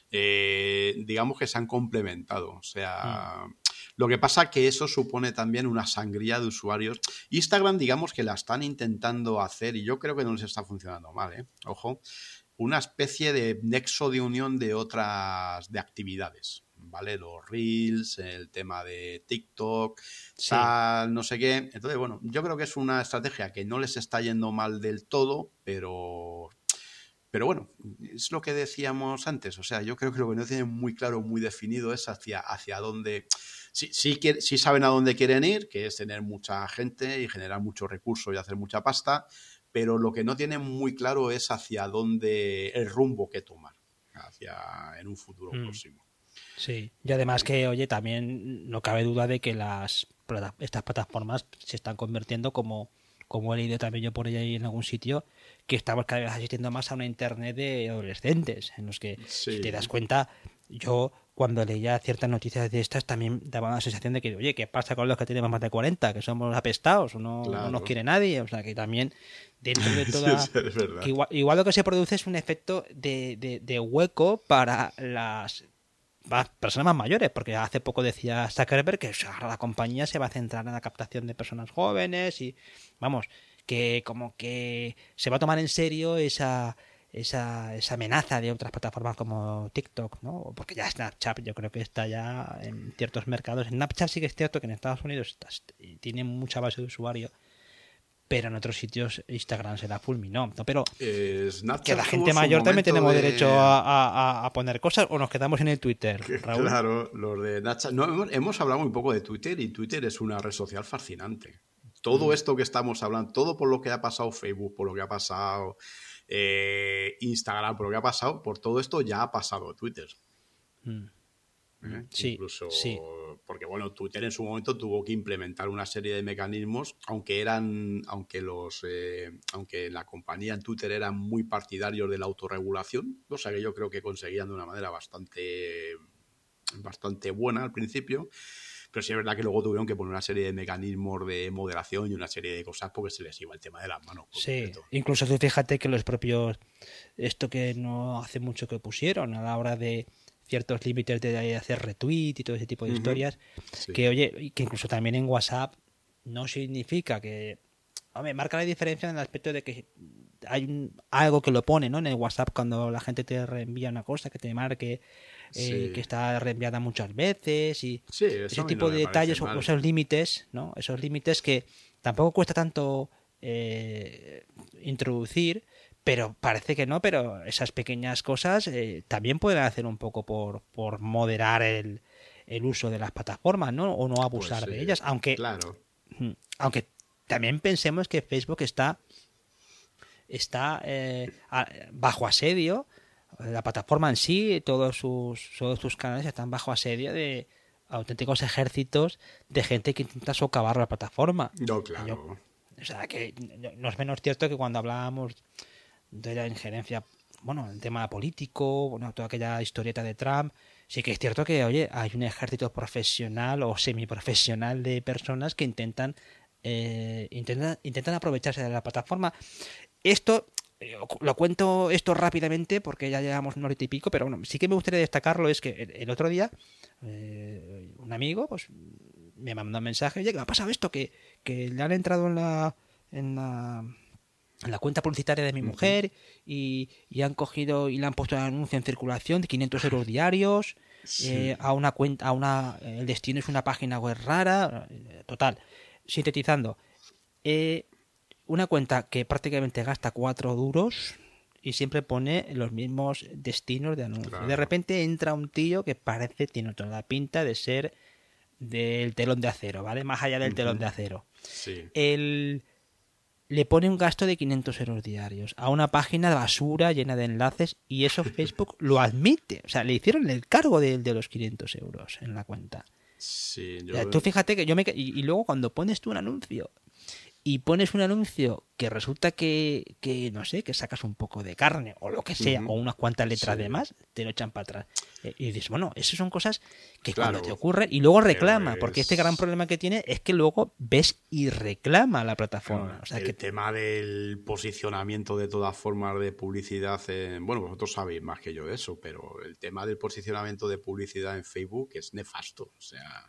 eh, digamos que se han complementado. O sea, mm. lo que pasa que eso supone también una sangría de usuarios. Instagram, digamos que la están intentando hacer, y yo creo que no les está funcionando mal, ¿eh? Ojo, una especie de nexo de unión de otras de actividades, ¿vale? Los Reels, el tema de TikTok, sí. tal, no sé qué. Entonces, bueno, yo creo que es una estrategia que no les está yendo mal del todo, pero... Pero bueno, es lo que decíamos antes. O sea, yo creo que lo que no tienen muy claro, muy definido es hacia, hacia dónde... Sí, sí, sí saben a dónde quieren ir, que es tener mucha gente y generar muchos recursos y hacer mucha pasta, pero lo que no tienen muy claro es hacia dónde, el rumbo que tomar hacia en un futuro mm. próximo. Sí, y además que, oye, también no cabe duda de que las estas plataformas se están convirtiendo, como, como he leído también yo por ahí en algún sitio, que estamos cada vez asistiendo más a una internet de adolescentes, en los que, sí. si te das cuenta, yo cuando leía ciertas noticias de estas también daba la sensación de que, oye, ¿qué pasa con los que tenemos más de cuarenta? Que somos apestados, o no, claro. no nos quiere nadie. O sea, que también dentro de toda... sí, es verdad. Que igual, igual lo que se produce es un efecto de, de, de hueco para las personas más mayores, porque hace poco decía Zuckerberg que ahora la compañía se va a centrar en la captación de personas jóvenes y, vamos, que como que se va a tomar en serio esa... Esa, esa amenaza de otras plataformas como TikTok, ¿no? Porque ya Snapchat yo creo que está ya en ciertos mercados. Snapchat sí que es cierto que en Estados Unidos está, tiene mucha base de usuario, pero en otros sitios Instagram se la fulminó, ¿no? Pero eh, que la gente mayor también tenemos de... derecho a, a, a poner cosas, o nos quedamos en el Twitter, Raúl. Claro, los de Snapchat. No, hemos, hemos hablado muy poco de Twitter, y Twitter es una red social fascinante. Todo mm. esto que estamos hablando, todo por lo que ha pasado Facebook, por lo que ha pasado... Eh, Instagram, por lo que ha pasado, por todo esto ya ha pasado Twitter. Mm. ¿Eh? Sí, incluso sí. Porque bueno, Twitter en su momento tuvo que implementar una serie de mecanismos, aunque eran, aunque los, eh, aunque la compañía en Twitter eran muy partidarios de la autorregulación, o sea que yo creo que conseguían de una manera bastante, bastante buena al principio. Pero sí es verdad que luego tuvieron que poner una serie de mecanismos de moderación y una serie de cosas porque se les iba el tema de las manos. Sí, completo. Incluso tú fíjate que los propios, esto que no hace mucho que pusieron a la hora de ciertos límites de hacer retweet y todo ese tipo de uh-huh. historias, sí. que oye, que incluso también en WhatsApp no significa que, hombre, marca la diferencia en el aspecto de que hay un, algo que lo pone, ¿no? En el WhatsApp cuando la gente te reenvía una cosa que te marque eh, sí. que está reenviada muchas veces y sí, ese tipo no de detalles o esos límites, ¿no? Esos límites que tampoco cuesta tanto eh, introducir, pero parece que no, pero esas pequeñas cosas eh, también pueden hacer un poco por, por moderar el, el uso de las plataformas, ¿no? O no abusar pues sí, de ellas, aunque claro. aunque también pensemos que Facebook está está eh, a, bajo asedio, la plataforma en sí, todos sus todos sus canales están bajo asedio de auténticos ejércitos de gente que intenta socavar la plataforma. No, claro. Yo, o sea, que no es menos cierto que cuando hablábamos de la injerencia, bueno, el tema político, bueno, toda aquella historieta de Trump, sí que es cierto que, oye, hay un ejército profesional o semiprofesional de personas que intentan eh, intentan intentan aprovecharse de la plataforma. Esto lo cuento esto rápidamente porque ya llevamos una horita y pico, pero bueno, sí que me gustaría destacarlo, es que el, el otro día eh, un amigo pues me mandó un mensaje, oye, ¿qué me ha pasado esto? Que, que le han entrado en la, en la en la cuenta publicitaria de mi mujer y, y han cogido y le han puesto un anuncio en circulación de quinientos euros diarios, sí. eh, a una cuenta, a una, el destino es una página web rara, total, sintetizando, eh, una cuenta que prácticamente gasta cuatro duros y siempre pone los mismos destinos de anuncio. Claro. De repente entra un tío que parece, tiene toda la pinta de ser del telón de acero, ¿vale? Más allá del uh-huh. telón de acero. Sí. El... Le pone un gasto de quinientos euros diarios a una página de basura llena de enlaces y eso Facebook lo admite. O sea, le hicieron el cargo de, de los quinientos euros en la cuenta. Sí, yo... o sea, tú fíjate que yo me... Y, y luego cuando pones tú un anuncio y pones un anuncio que resulta que, que, no sé, que sacas un poco de carne o lo que sea, uh-huh. o unas cuantas letras sí. de más, te lo echan para atrás. Y dices, bueno, esas son cosas que claro, cuando te ocurren, y luego reclama, es... porque este gran problema que tiene es que luego ves y reclama la plataforma. Claro, o sea, el que... tema del posicionamiento de todas formas de publicidad, en... bueno, vosotros sabéis más que yo de eso, pero el tema del posicionamiento de publicidad en Facebook es nefasto, o sea...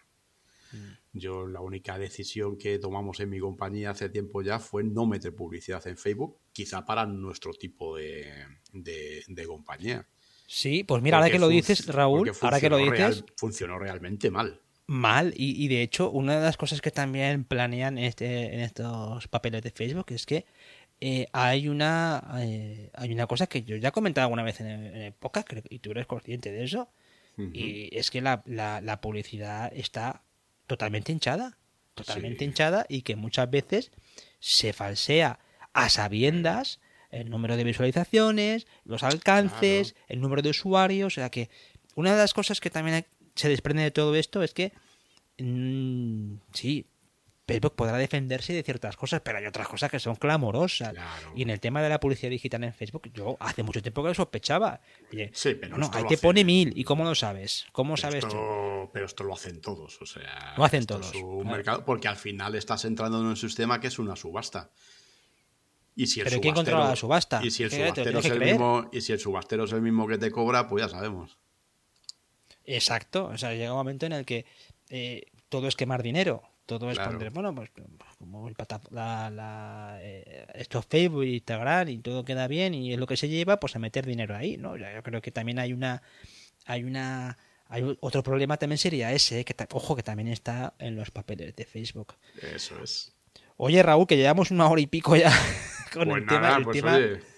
Yo la única decisión que tomamos en mi compañía hace tiempo ya fue no meter publicidad en Facebook, quizá para nuestro tipo de, de, de compañía. Sí, pues mira, porque ahora que lo dices, Raúl, ahora que lo dices... Real, funcionó realmente mal. Mal, y, y de hecho, una de las cosas que también planean este, en estos papeles de Facebook es que eh, hay una eh, hay una cosa que yo ya he comentado alguna vez en el, en el podcast, creo, y tú eres consciente de eso, uh-huh. y es que la, la, la publicidad está totalmente hinchada, totalmente sí. hinchada, y que muchas veces se falsea a sabiendas el número de visualizaciones, los alcances, claro. el número de usuarios. O sea que una de las cosas que también se desprende de todo esto es que mmm, sí, Facebook podrá defenderse de ciertas cosas, pero hay otras cosas que son clamorosas. Claro. Y en el tema de la publicidad digital en Facebook, yo hace mucho tiempo que lo sospechaba. Oye, sí, pero no, ahí te pone mil. ¿Y cómo lo sabes? ¿Cómo pero sabes esto, tú? Pero esto lo hacen todos. O sea, lo hacen esto todos. Es un claro. mercado, porque al final estás entrando en un sistema que es una subasta. Y si el ¿Pero quién controla la subasta? Y si el subastero es el mismo, y si el subastero es el mismo que te cobra, pues ya sabemos. Exacto. O sea, llega un momento en el que eh, todo es quemar dinero. Todo es claro. poner, bueno, pues como el pata, la, la, eh, esto Facebook, Instagram y todo queda bien y es lo que se lleva, pues a meter dinero ahí, ¿no? Yo creo que también hay una, hay una, hay otro problema también sería ese, que ojo que también está en los papeles de Facebook. Eso es. Oye, Raúl, que llevamos una hora y pico ya con pues el nada, tema. El pues tema... Oye,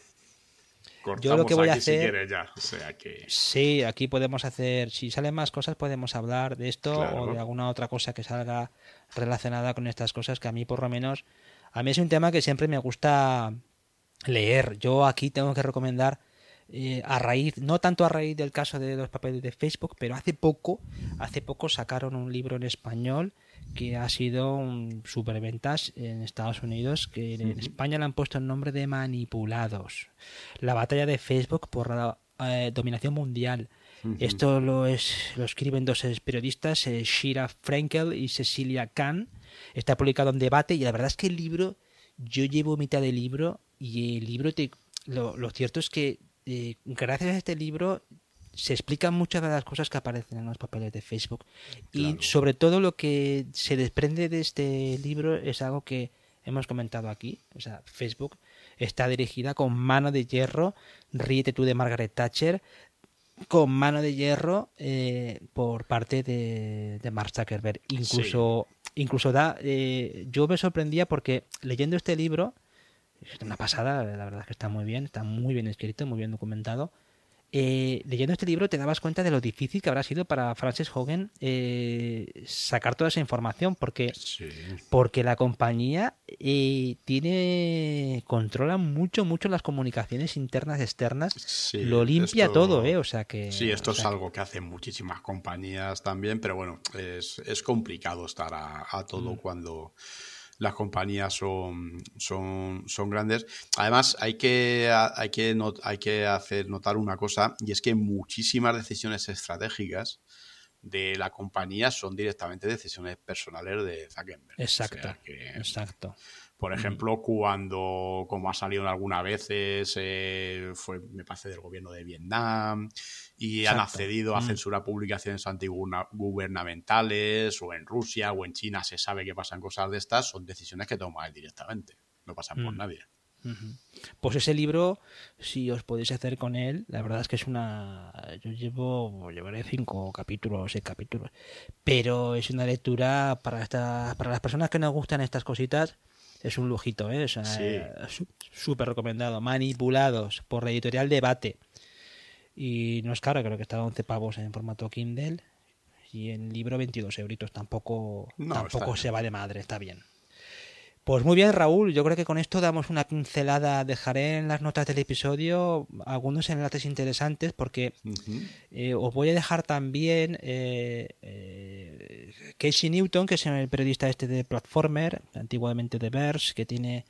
yo lo que voy a hacer, si quieres ya. O sea que... sí, aquí podemos hacer, si salen más cosas podemos hablar de esto claro. o de alguna otra cosa que salga relacionada con estas cosas que a mí por lo menos, a mí es un tema que siempre me gusta leer. Yo aquí tengo que recomendar eh, a raíz, no tanto a raíz del caso de los papeles de Facebook, pero hace poco, hace poco sacaron un libro en español que ha sido un superventas en Estados Unidos, que en uh-huh. España le han puesto el nombre de Manipulados. La batalla de Facebook por la eh, dominación mundial. Uh-huh. Esto lo, es, lo escriben dos periodistas, eh, Shira Frenkel y Cecilia Kahn. Está publicado en Debate y la verdad es que el libro, yo llevo mitad del libro y el libro, te, lo, lo cierto es que eh, gracias a este libro se explican muchas de las cosas que aparecen en los papeles de Facebook. Claro. Y sobre todo lo que se desprende de este libro es algo que hemos comentado aquí. O sea, Facebook está dirigida con mano de hierro, ríete tú de Margaret Thatcher, con mano de hierro eh, por parte de, de Mark Zuckerberg. Incluso, sí. incluso da, eh, yo me sorprendía porque leyendo este libro, es una pasada, la verdad es que está muy bien, está muy bien escrito, muy bien documentado. Eh, leyendo este libro te dabas cuenta de lo difícil que habrá sido para Frances Haugen eh, sacar toda esa información porque, sí. porque la compañía eh, tiene controla mucho mucho las comunicaciones internas externas, sí, lo limpia esto, todo, ¿eh? O sea que sí, esto o sea es algo que hacen muchísimas compañías también, pero bueno, es, es complicado estar a, a todo mm. cuando las compañías son, son, son grandes. Además, hay que, hay, que not, hay que hacer notar una cosa, y es que muchísimas decisiones estratégicas de la compañía son directamente decisiones personales de Zuckerberg. Exacto, o sea que, exacto. Por ejemplo, cuando, como ha salido en algunas veces, eh, fue, me parece, del gobierno de Vietnam, y Exacto. han accedido a censurar publicaciones antigubernamentales, o en Rusia o en China se sabe que pasan cosas de estas, son decisiones que toma él directamente, no pasan mm. por nadie. Uh-huh. Pues ese libro, si os podéis hacer con él, la verdad es que es una... Yo llevo, llevaré cinco capítulos, seis capítulos, pero es una lectura para, esta, para las personas que nos gustan estas cositas. Es un lujito, ¿eh? O sea, sí. Súper recomendado. Manipulados por la editorial Debate. Y no es caro, creo que está a once pavos en formato Kindle. Y en libro veintidós euritos. Tampoco, no, tampoco se va de madre, está bien. Pues muy bien, Raúl. Yo creo que con esto damos una pincelada. Dejaré en las notas del episodio algunos enlaces interesantes porque uh-huh. eh, os voy a dejar también eh, eh, Casey Newton, que es el periodista este de Platformer, antiguamente de Verge, que tiene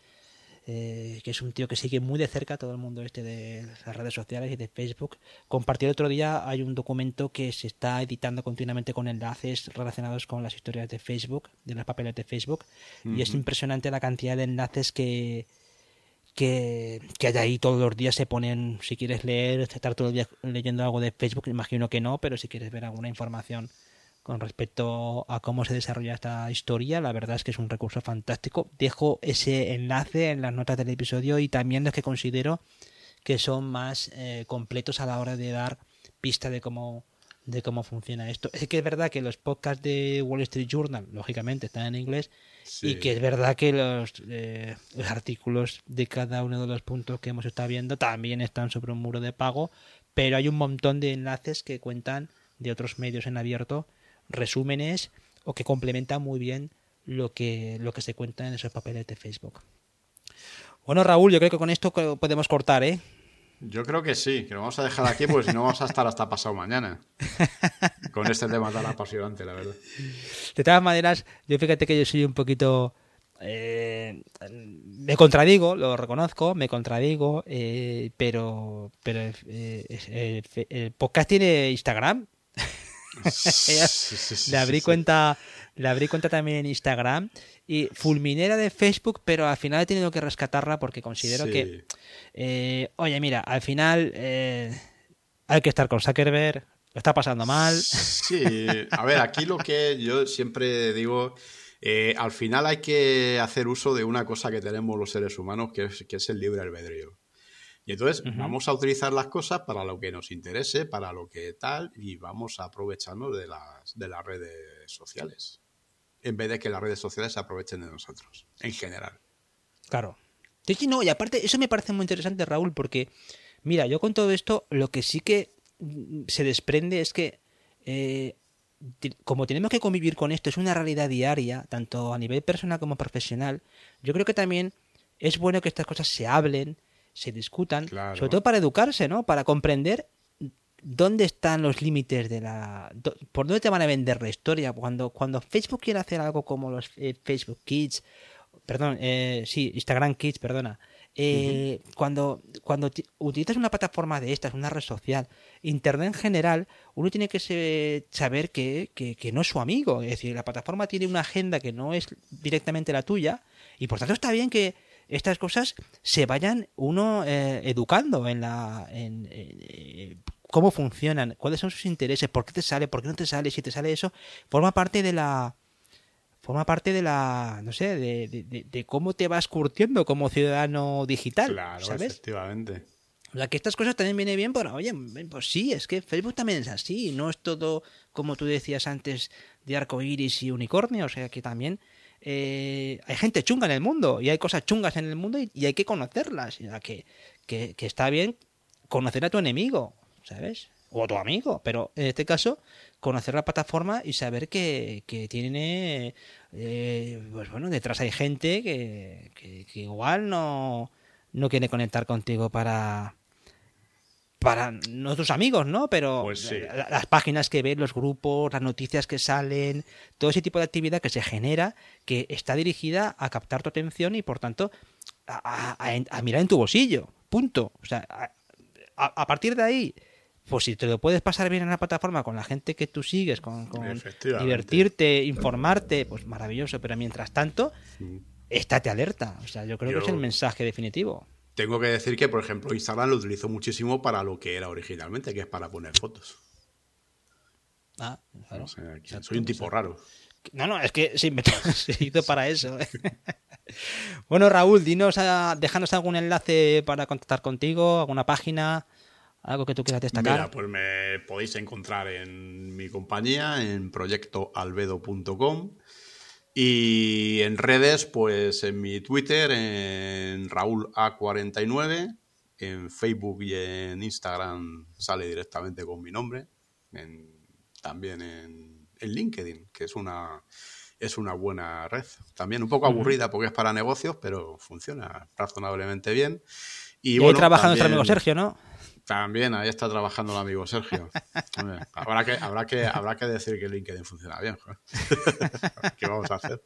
eh, que es un tío que sigue muy de cerca a todo el mundo este de las redes sociales y de Facebook. Compartió el otro día, hay un documento que se está editando continuamente con enlaces relacionados con las historias de Facebook, de los papeles de Facebook, uh-huh. y es impresionante la cantidad de enlaces que que, que hay ahí. Todos los días se ponen, si quieres leer, estar todo el día leyendo algo de Facebook, imagino que no, pero si quieres ver alguna información con respecto a cómo se desarrolla esta historia, la verdad es que es un recurso fantástico. Dejo ese enlace en las notas del episodio y también los que considero que son más eh, completos a la hora de dar pista de cómo de cómo funciona esto. Es que es verdad que los podcasts de Wall Street Journal, lógicamente, están en inglés, sí. y que es verdad que los, eh, los artículos de cada uno de los puntos que hemos estado viendo también están sobre un muro de pago, pero hay un montón de enlaces que cuentan de otros medios en abierto, resúmenes o que complementan muy bien lo que, lo que se cuenta en esos papeles de Facebook. Bueno, Raúl, yo creo que con esto podemos cortar, ¿eh? Yo creo que sí, que lo vamos a dejar aquí porque si no vamos a estar hasta pasado mañana con este tema tan apasionante, la verdad. De todas maneras, yo fíjate que yo soy un poquito... Eh, me contradigo, lo reconozco, me contradigo, eh, pero, pero eh, eh, el podcast tiene Instagram. Sí, sí, sí, le abrí sí, cuenta sí. le abrí cuenta también en Instagram y fulminera de Facebook, pero al final he tenido que rescatarla porque considero sí. que eh, oye mira, al final eh, hay que estar con Zuckerberg, lo está pasando mal. Sí, a ver, aquí lo que yo siempre digo, eh, al final hay que hacer uso de una cosa que tenemos los seres humanos, que es, que es el libre albedrío. Y entonces uh-huh. vamos a utilizar las cosas para lo que nos interese, para lo que tal, y vamos a aprovecharnos de las, de las redes sociales, en vez de que las redes sociales se aprovechen de nosotros, en general. Claro. Sí, sí, no, y aparte, eso me parece muy interesante, Raúl, porque, mira, yo con todo esto, lo que sí que se desprende es que, eh, como tenemos que convivir con esto, es una realidad diaria, tanto a nivel personal como profesional, yo creo que también es bueno que estas cosas se hablen, se discutan, claro. sobre todo para educarse, ¿no? Para comprender dónde están los límites de la... Do, por dónde te van a vender la historia. Cuando, cuando Facebook quiere hacer algo como los eh, Facebook Kids, perdón, eh, sí, Instagram Kids, perdona, eh, uh-huh. cuando, cuando t- utilizas una plataforma de estas, una red social, Internet en general, uno tiene que se, saber que, que, que no es su amigo. Es decir, la plataforma tiene una agenda que no es directamente la tuya y por tanto está bien que estas cosas se vayan uno eh, educando en la en, en, en cómo funcionan, cuáles son sus intereses, por qué te sale, por qué no te sale, si te sale eso, forma parte de la forma parte de la no sé, de, de, de, de cómo te vas curtiendo como ciudadano digital, claro, ¿sabes? Efectivamente. O sea, que estas cosas también viene bien, pero oye, pues sí, es que Facebook también es así, no es todo como tú decías antes de arcoíris y unicornio, o sea que también Eh, hay gente chunga en el mundo y hay cosas chungas en el mundo y, y hay que conocerlas. O sea, que, que, que está bien conocer a tu enemigo, ¿sabes? O a tu amigo, pero en este caso conocer la plataforma y saber que, que tiene eh, pues bueno, detrás hay gente que, que, que igual no, no quiere conectar contigo para para nuestros amigos, ¿no? Pero pues sí. las páginas que ves, los grupos, las noticias que salen, todo ese tipo de actividad que se genera, que está dirigida a captar tu atención y, por tanto, a, a, a mirar en tu bolsillo. Punto. O sea, a, a partir de ahí, pues si te lo puedes pasar bien en la plataforma con la gente que tú sigues, con, con divertirte, informarte, pues maravilloso. Pero mientras tanto, sí. estate alerta. O sea, yo creo yo... que es el mensaje definitivo. Tengo que decir que, por ejemplo, Instagram lo utilizo muchísimo para lo que era originalmente, que es para poner fotos. Ah, claro. O sea, que soy un tipo raro. No, no, es que se inventó, se hizo para eso. ¿eh? Bueno, Raúl, dinos, a, déjanos algún enlace para contactar contigo, alguna página, algo que tú quieras destacar. Mira, pues me podéis encontrar en mi compañía, en proyecto albedo punto com. Y en redes, pues en mi Twitter, en Raúl A cuarenta y nueve, en Facebook y en Instagram sale directamente con mi nombre, en, también en, en LinkedIn, que es una, es una buena red. También un poco aburrida porque es para negocios, pero funciona razonablemente bien. Y, y bueno, ahí trabaja también, nuestro amigo Sergio, ¿no? También, ahí está trabajando el amigo Sergio. Hombre, habrá, que, habrá, que, habrá que decir que LinkedIn funciona bien. ¿Qué vamos a hacer?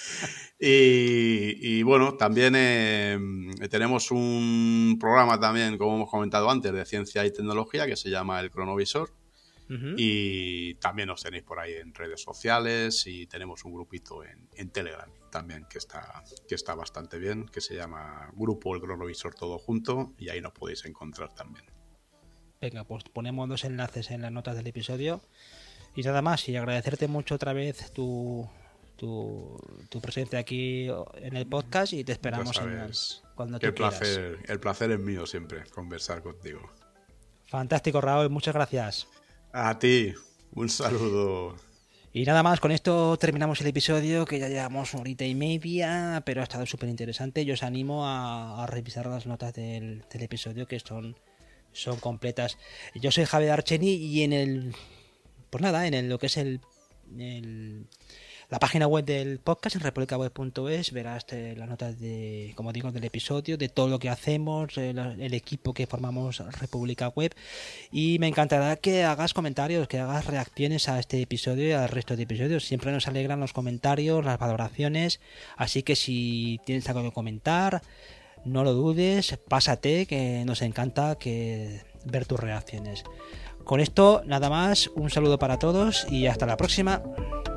Y, y bueno, también eh, tenemos un programa también, como hemos comentado antes, de ciencia y tecnología que se llama El Cronovisor. Uh-huh. Y también nos tenéis por ahí en redes sociales y tenemos un grupito en, en Telegram también que está, que está bastante bien, que se llama Grupo El Cronovisor Todo Junto, y ahí nos podéis encontrar también. Venga, pues ponemos dos enlaces en las notas del episodio. Y nada más, y agradecerte mucho otra vez tu... Tu, tu presencia aquí en el podcast y te esperamos en el, cuando tú el quieras. Placer, el placer es mío siempre, conversar contigo. Fantástico, Raúl, muchas gracias. A ti, un saludo. Y nada más, con esto terminamos el episodio, que ya llevamos una horita y media, pero ha estado súper interesante. Yo os animo a, a revisar las notas del, del episodio, que son, son completas. Yo soy Javier Archeni y en el... Pues nada, en el, lo que es el... el la página web del podcast, en republica web punto es, verás eh, las notas de, como digo, del episodio, de todo lo que hacemos, el, el equipo que formamos República Web, y me encantará que hagas comentarios, que hagas reacciones a este episodio y al resto de episodios. Siempre nos alegran los comentarios, las valoraciones, así que si tienes algo que comentar, no lo dudes, pásate, que nos encanta que ver tus reacciones. Con esto, nada más, un saludo para todos y hasta la próxima.